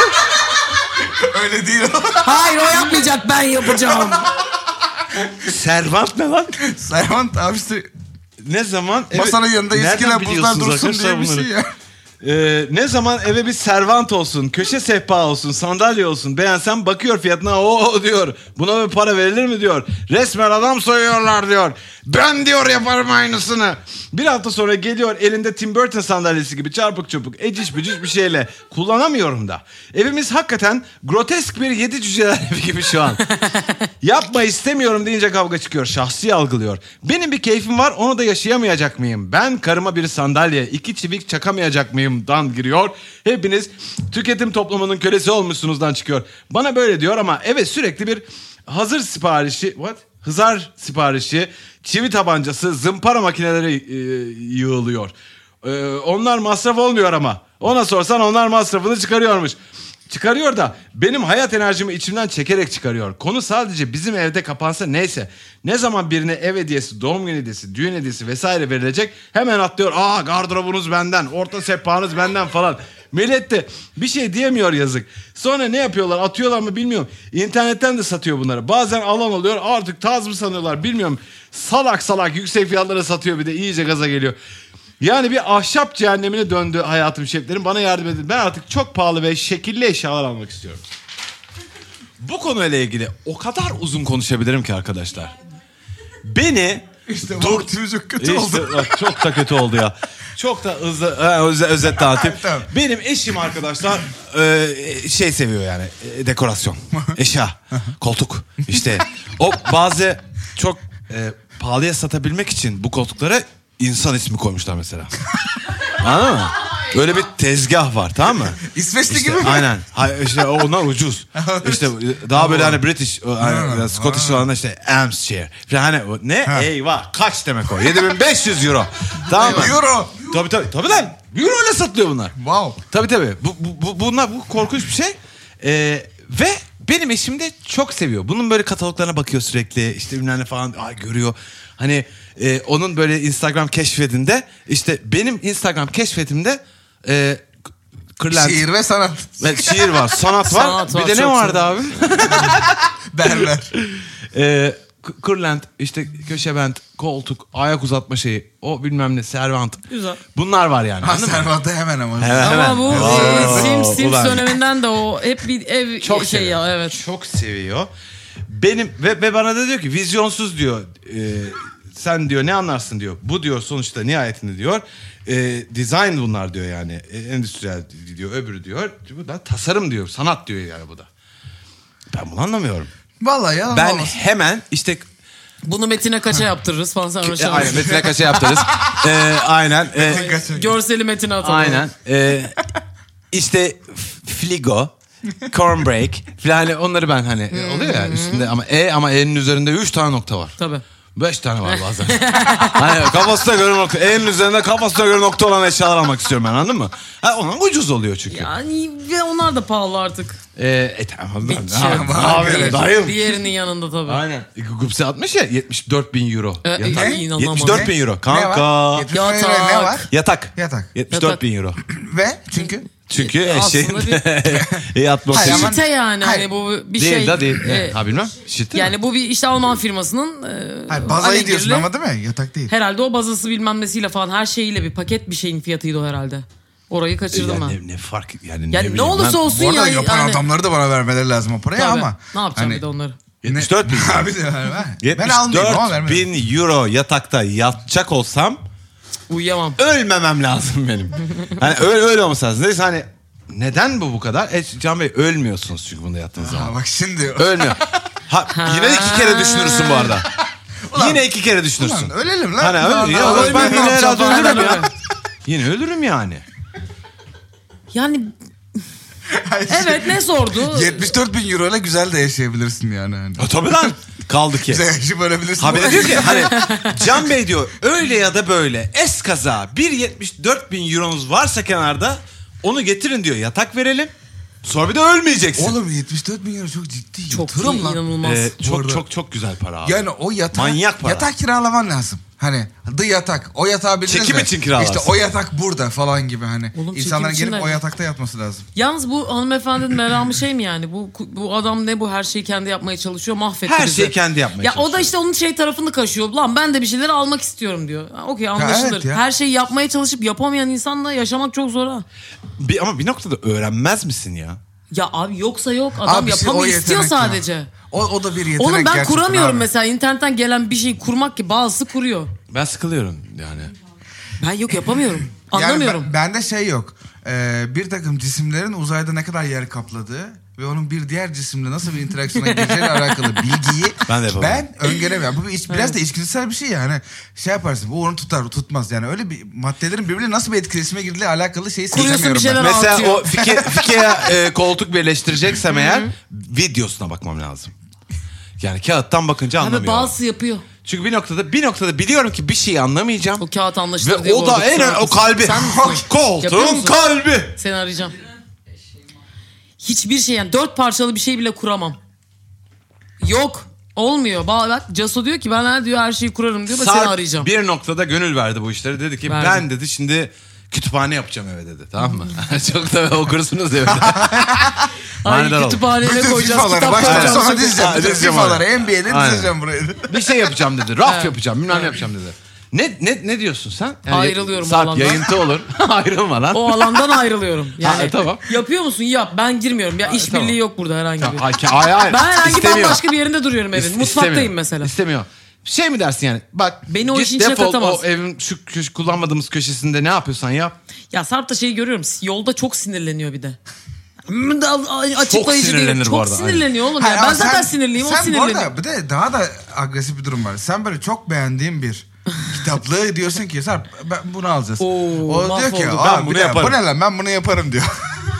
Öyle değil o. Hayır o yapmayacak, ben yapacağım. Servant ne lan? Servant abi işte Ne zaman... masanın yanında Nereden eskiler buzlar biliyorsunuz dursun arkadaşlar diye bir bunları? şey ya. Ne zaman eve bir servant olsun, köşe sehpa olsun, sandalye olsun, beğensem bakıyor fiyatına, o diyor. Buna bir para verilir mi diyor. Resmen adam soyuyorlar diyor. Ben diyor yaparım aynısını. Bir hafta sonra geliyor elinde Tim Burton sandalyesi gibi çarpık çubuk, eciş bücüş bir şeyle. Kullanamıyorum da. Evimiz hakikaten grotesk bir 7 cüceler evi gibi şu an. Yapma istemiyorum deyince kavga çıkıyor. Şahsi algılıyor. Benim bir keyfim var, onu da yaşayamayacak mıyım? Ben karıma bir sandalye, 2 çivik çakamayacak mıyım? Dan giriyor. Hepiniz tüketim toplumunun kölesi olmuşsunuzdan çıkıyor. Bana böyle diyor ama evet sürekli bir hazır siparişi... Hızar siparişi, çivi tabancası, zımpara makineleri yığılıyor. Onlar masraf olmuyor ama. Ona sorsan onlar masrafını çıkarıyormuş. Çıkarıyor da benim hayat enerjimi içimden çekerek çıkarıyor. Konu sadece bizim evde kapansa neyse. Ne zaman birine ev hediyesi, doğum günü hediyesi, düğün hediyesi vesaire verilecek hemen atlıyor. Gardırobunuz benden, orta sehpanız benden falan. Millet de bir şey diyemiyor yazık. Sonra ne yapıyorlar? Atıyorlar mı bilmiyorum. İnternetten de satıyor bunları. Bazen alan oluyor. Artık taz mı sanıyorlar bilmiyorum. Salak yüksek fiyatlara satıyor, bir de iyice gaza geliyor. Yani bir ahşap cehennemine döndü hayatım şeflerim. Bana yardım edin. Ben artık çok pahalı ve şekilli eşyalar almak istiyorum. Bu konuyla ilgili o kadar uzun konuşabilirim ki arkadaşlar. Beni... İşte vaktimiz çok kötü oldu. Çok da kötü oldu ya. Çok da özet dağıtayım. Tamam. Benim eşim arkadaşlar şey seviyor yani, dekorasyon, eşya, koltuk. İşte o bazı çok pahalıya satabilmek için bu koltuklara insan ismi koymuşlar mesela. Anladın mı? Öyle bir tezgah var, tamam mı? İsveçli İşte, gibi mi? aynen. İşte onlar ucuz. İşte daha böyle hani British, Scottish olan işte Arms chair. Falan hani ne? Eyvah. Kaç demek o? 7.500 euro. Tamam mı? Euro. Tabii lan. Euro ile satılıyor bunlar. Wow. Tabii. Bunlar korkunç bir şey. Ve benim eşim de çok seviyor. Bunun böyle kataloglarına bakıyor sürekli. İşte bilmem ne falan görüyor. Hani onun böyle Instagram keşfetinde, işte benim Instagram keşfetimde Şiir ve sanat. şiir var, sanat var. Sanat var, Bir de ne çok vardı sanat. abi? Berber. Kırlent, işte köşebent, koltuk, ayak uzatma şeyi, o bilmem ne, servant. Güzel. Bunlar var yani. Ha, anladın mı? Servat'ta hemen ama. Ama bu Sims Ulan. döneminden de o hep bir ev Çok şey seviyor. ya, evet. Çok seviyor. Benim ve bana da diyor ki vizyonsuz diyor. Sen diyor ne anlarsın diyor. Bu diyor sonuçta nihayetinde diyor. Design bunlar diyor yani. Endüstriyel diyor. Öbürü diyor. Bu da tasarım diyor. Sanat diyor yani bu da. Ben bunu anlamıyorum. Vallahi yalan Ben olmasın. hemen işte Bunu Metin'e kaça yaptırırız falan, sen uğraşamazsın. aynen Metin'e kaça yaptırırız. Aynen. Görseli Metin'e atalım. Aynen. İşte Fligo, Cornbreak falan, hani onları ben hani oluyor ya üstünde ama E'nin üzerinde 3 tane nokta var. Tabii. 5 tane var bazen. Hani kafasına göre nokta. E'nin üzerinde kafasına göre nokta olan eşyalar almak istiyorum ben, anladın mı? Onun ucuz oluyor çünkü. Yani ve onlar da pahalı artık. Tamam. Abi, dayım. Diğerinin yanında tabii. Aynen. Gupse atmış ya 74.000 euro. Yatak. İnanamam. 74.000 euro. Ne Kanka. var? 70 bin liraya ne var? Yatak. Yatak. 74.000 euro. Ve çünkü Çünkü Aslında yatmak Hayır, için. ama- şite yani Hayır. hani bu bir Değil şey. de değil. Ha bilmem. Şite yani mi? bu bir işte Alman firmasının hayır, bazayı alengirli- diyorsun ama değil mi? Yatak değil. Herhalde o bazası bilmem nesiyle falan her şeyiyle bir paket bir şeyin fiyatıydı o herhalde. Orayı kaçırdım ben. Ne fark yani, Yani bileyim ne olursa ben. olsun Bu arada ya. yapan yani, adamları da bana vermeleri lazım o parayı tabii. ama. Ne yapacağım Hani- bir de onları? 74 bin. Abi de ver. Ben almayayım ama 74 vermem. bin euro yatakta yatacak olsam Uyuyamam. ölmemem lazım benim. Hani öyle olması lazım. Neyse hani neden bu kadar? Can Bey ölmüyorsunuz çünkü bunda yattığınız zaman. Ha, bak şimdi. Ölmüyor. Yine 2 kere düşünürsün bu arada. Yine 2 kere düşünürsün. Ulan ölelim lan. Hani öyle ya. Ölmem, Ben ne yine yapacağım herhalde falan. ölürüm ya. Yine ölürüm yani. Yani evet, ne sordu? 74 bin euro ile güzel de yaşayabilirsin yani. Hani. Tabii lan. Kaldı ki. Güzel yaşayıp ölebilirsin. Ha bir de diyor ki hani Can Bey diyor öyle ya da böyle eskaza 1.74 bin euronuz varsa kenarda onu getirin diyor, yatak verelim. Sonra bir de ölmeyeceksin. Oğlum 74 bin euro çok ciddi. Çok yatırım iyi, lan. inanılmaz. Çok güzel para abi. Yani o yatak, Manyak para. yatak kiralaman lazım. Hani the yatak. O yatağı bildiniz Çekim mi? için kiralarsın. İşte o yatak burada falan gibi hani. Oğlum, İnsanların çekim için gelip de- o yatakta yatması lazım. Yalnız bu hanımefendinin meramı şey mi yani? Bu adam ne bu, her şeyi kendi yapmaya çalışıyor, mahvetti Her bizi. şeyi kendi yapmaya Ya o da çalışıyor. işte onun şey tarafını kaşıyor. Lan ben de bir şeyleri almak istiyorum diyor. Ha, okey, anlaşılır. evet ya. Her şeyi yapmaya çalışıp yapamayan insanla yaşamak çok zor ha. Ama bir noktada öğrenmez misin ya? Ya abi yoksa yok, adam Abi işte yapamıyor, o istiyor yetenek ya. sadece. O da bir yetenek Oğlum ben gerçekten kuramıyorum abi. mesela, internetten gelen bir şeyi kurmak ki bazısı kuruyor. Ben sıkılıyorum yani. Ben yok yapamıyorum. Anlamıyorum. Yani bende şey yok. Bir takım cisimlerin uzayda ne kadar yer kapladığı ve onun bir diğer cisimle nasıl bir interaksiyona gireceğiyle alakalı bilgiyi ben öngöremiyorum. Bu biraz da içgüdüsel bir şey yani. Şey yaparsın, bu onu tutar, tutmaz. Yani öyle bir maddelerin birbirine nasıl bir etkileşime girdiğiyle alakalı şeyi seçemiyorum ben. Mesela o Fike'ye koltuk birleştireceksem eğer videosuna bakmam lazım. Yani kağıttan bakınca anlamıyorum. Abi bazısı yapıyor. Çünkü bir noktada biliyorum ki bir şeyi anlamayacağım. O kağıt anlaşılır ve diye. o da o kalbi. Koltuğun kalbi. Seni arayacağım. Hiçbir şey yani 4 parçalı bir şey bile kuramam. Yok. Olmuyor. Bak Caso diyor ki ben diyor her şeyi kurarım diyor. Ben seni arayacağım. Bir noktada gönül verdi bu işlere. Dedi ki ben dedi şimdi kütüphane yapacağım eve dedi. Tamam mı? Çok da okursunuz evde. Ay kütüphaneye koyacağız. Kitap Baştan sona dizeceğim. FIFA'ları, NBA'de dizeceğim burayı. Bir şey yapacağım dedi. Raf yapacağım. Bilmem ne yapacağım dedi. Ne diyorsun sen? Yani ayrılıyorum Sarp, o alandan. Yayıntı olur. Ayrılma lan. O alandan ayrılıyorum. Yani tamam. Yapıyor musun? Yap. Ben girmiyorum. Ya işbirliği tamam. yok burada herhangi bir. Hayır. Ben herhangi İstemiyor. başka bir yerinde duruyorum evin. Mutfaktayım mesela. İstemiyor. Şey mi dersin yani? Bak beni o git işin içine defol katamaz. o evin şu kullanmadığımız köşesinde ne yapıyorsan yap. Ya Sarp da şeyi görüyorum. Yolda çok sinirleniyor bir de. Açıklayıcı sinirlenir değil. bu Çok arada, sinirleniyor oğlum Hayır, ya. Ben ama zaten sinirliyim. O sinirleniyor. Sen bu arada bir de daha da agresif bir durum var. Sen böyle çok beğendiğin bir kitaplığı diyorsun ki Sarp bunu alacağız. O diyor ki ben bunu yaparım. Bu ne lan, ben bunu yaparım diyor.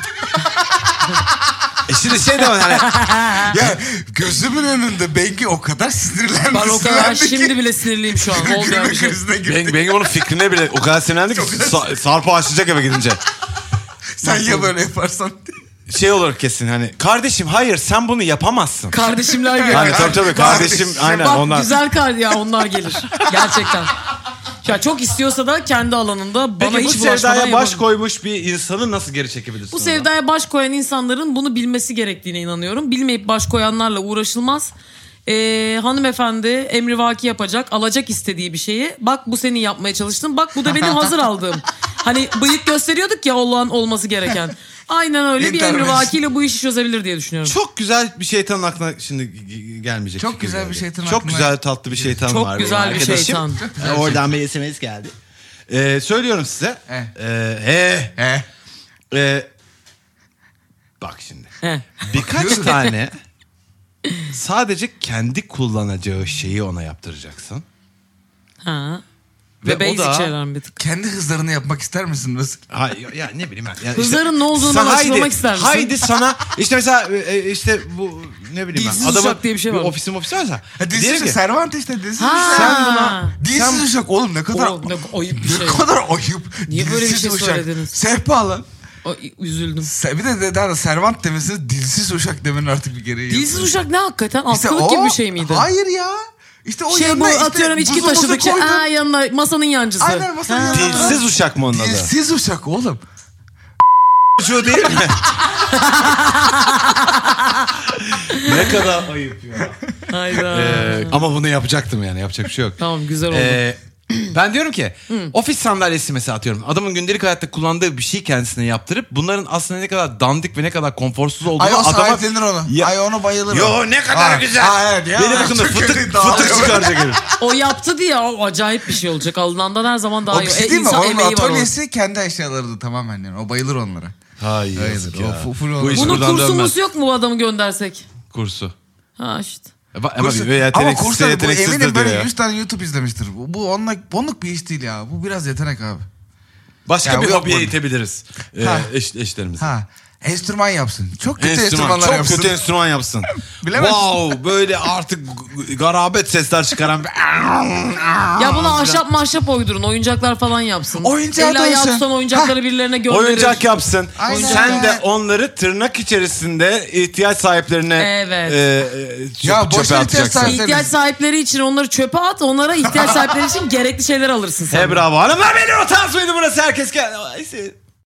Şimdi şey de var hani. Ya gözümün önünde Bengi o kadar sinirlendi. Ben o kadar şimdi bile sinirliyim şu an. Olmayan bir şey. Bengi onun fikrine bile o kadar sinirlendi ki Sarp'ı açacak eve gidince. Sen ya böyle yaparsan şey olur kesin hani kardeşim hayır sen bunu yapamazsın. Kardeşimler geliyor. Hani tabii kardeşim aynen Bak, onlar. Güzel ya onlar gelir. Gerçekten. Ya çok istiyorsa da kendi alanında bana peki, hiç bu sevdaya baş yapalım. koymuş bir insanı nasıl geri çekebilirsin? Bu sevdaya baş koyan insanların bunu bilmesi gerektiğine inanıyorum. Bilmeyip baş koyanlarla uğraşılmaz. Hanımefendi emrivaki yapacak, alacak istediği bir şeyi. Bak bu senin yapmaya çalıştın. Bak bu da benim hazır aldığım. Hani bıyık gösteriyorduk ya olan olması gereken. Aynen öyle bir emrivakiyle bu işi çözebilir diye düşünüyorum. Çok güzel bir şeytanın aklına şimdi gelmeyecek. Çok güzel bir şeytanın Çok aklına. Güzel tatlı bir şeytan var. Çok güzel bir şeytan. Oradan bir SMS geldi. Söylüyorum size. Bak şimdi. Birkaç tane sadece kendi kullanacağı şeyi ona yaptıracaksın. Ha. Ve basic şeyler bir tık. Kendi hızlarını yapmak ister misin mesela? Hayır ya ne bileyim ben. Yani hızların ne olduğunu açıklamak ister misin? Haydi sana işte mesela işte bu ne bileyim dilsiz ben. Adamın uşak diye bir şey var. Ofisi varsa. Dilsiz uşak. Servant işte dilsiz Ha. Sen buna. Dilsiz uşak oğlum ne kadar. Ne ayıp bir şey. Ne kadar ayıp. Niye böyle bir Dilsiz şey uşak. söylediniz? Sehpa lan. Üzüldüm. Bir de daha da servant demesi dilsiz uşak demenin artık bir gereği yok. Dilsiz uşak ne hakikaten? İşte Askılık gibi bir şey miydi? Hayır ya. İşte o şey yanına bu işte atıyorum içki buzu muzu taşıdık. koydun. Yanına masanın yancısı. Aynen masanın yancısı. Dilsiz uşak mı onun adı? Dilsiz uşak oğlum. Şu değil mi? Ne kadar ayıp ya. Hayda. Ama bunu yapacaktım yani yapacak bir şey yok. Tamam güzel oldu. Ben diyorum ki ofis sandalyesi mesela atıyorum. Adamın gündelik hayatta kullandığı bir şey kendisine yaptırıp bunların aslında ne kadar dandik ve ne kadar konforsuz olduğunu Ay o adama... sahiplenir onu. Ay onu bayılır. Yo ne kadar güzel. Evet ya. Beni bakın da fıtık çıkaracak herif. O yaptı diye o acayip bir şey olacak. Alınandan her zaman daha O iyi. bir şey değil mi? İnsan Onun emeği var atölyesi kendi eşyalarıydı tamamen yani. O bayılır onlara. Hayır yazık ya. Bu iş Bunun buradan kursu dönmez. musu yok mu bu adamı göndersek? Kursu. Ha işte. Ama kursa bu yeteneksizdir eminim diyor böyle ya. 100 tane YouTube izlemiştir. Bu onluk bir iş değil ya. Bu biraz yetenek abi. Başka Ya bir yok hobiye burada. itebiliriz Ha. eşlerimizi. Ha. Enstrüman yapsın. Çok kötü enstrümanlar çok yapsın. kötü enstrüman yapsın. Bilemezsin. Wow böyle artık garabet sesler çıkaran. Ya buna ahşap mahşap uydurun. Oyuncaklar falan yapsın. Oyuncak El ayağı olsun. tutan oyuncakları birilerine gönderir. Oyuncak yapsın. Aynen. Sen de onları tırnak içerisinde ihtiyaç sahiplerine Evet. Ya boş çöpe ihtiyaç atacaksın. sahipleri. İhtiyaç sahipleri için onları çöpe at. Onlara ihtiyaç sahipleri için gerekli şeyler alırsın sen. He bravo. Hanımlar beni o tarz mıydı burası? Herkes gel.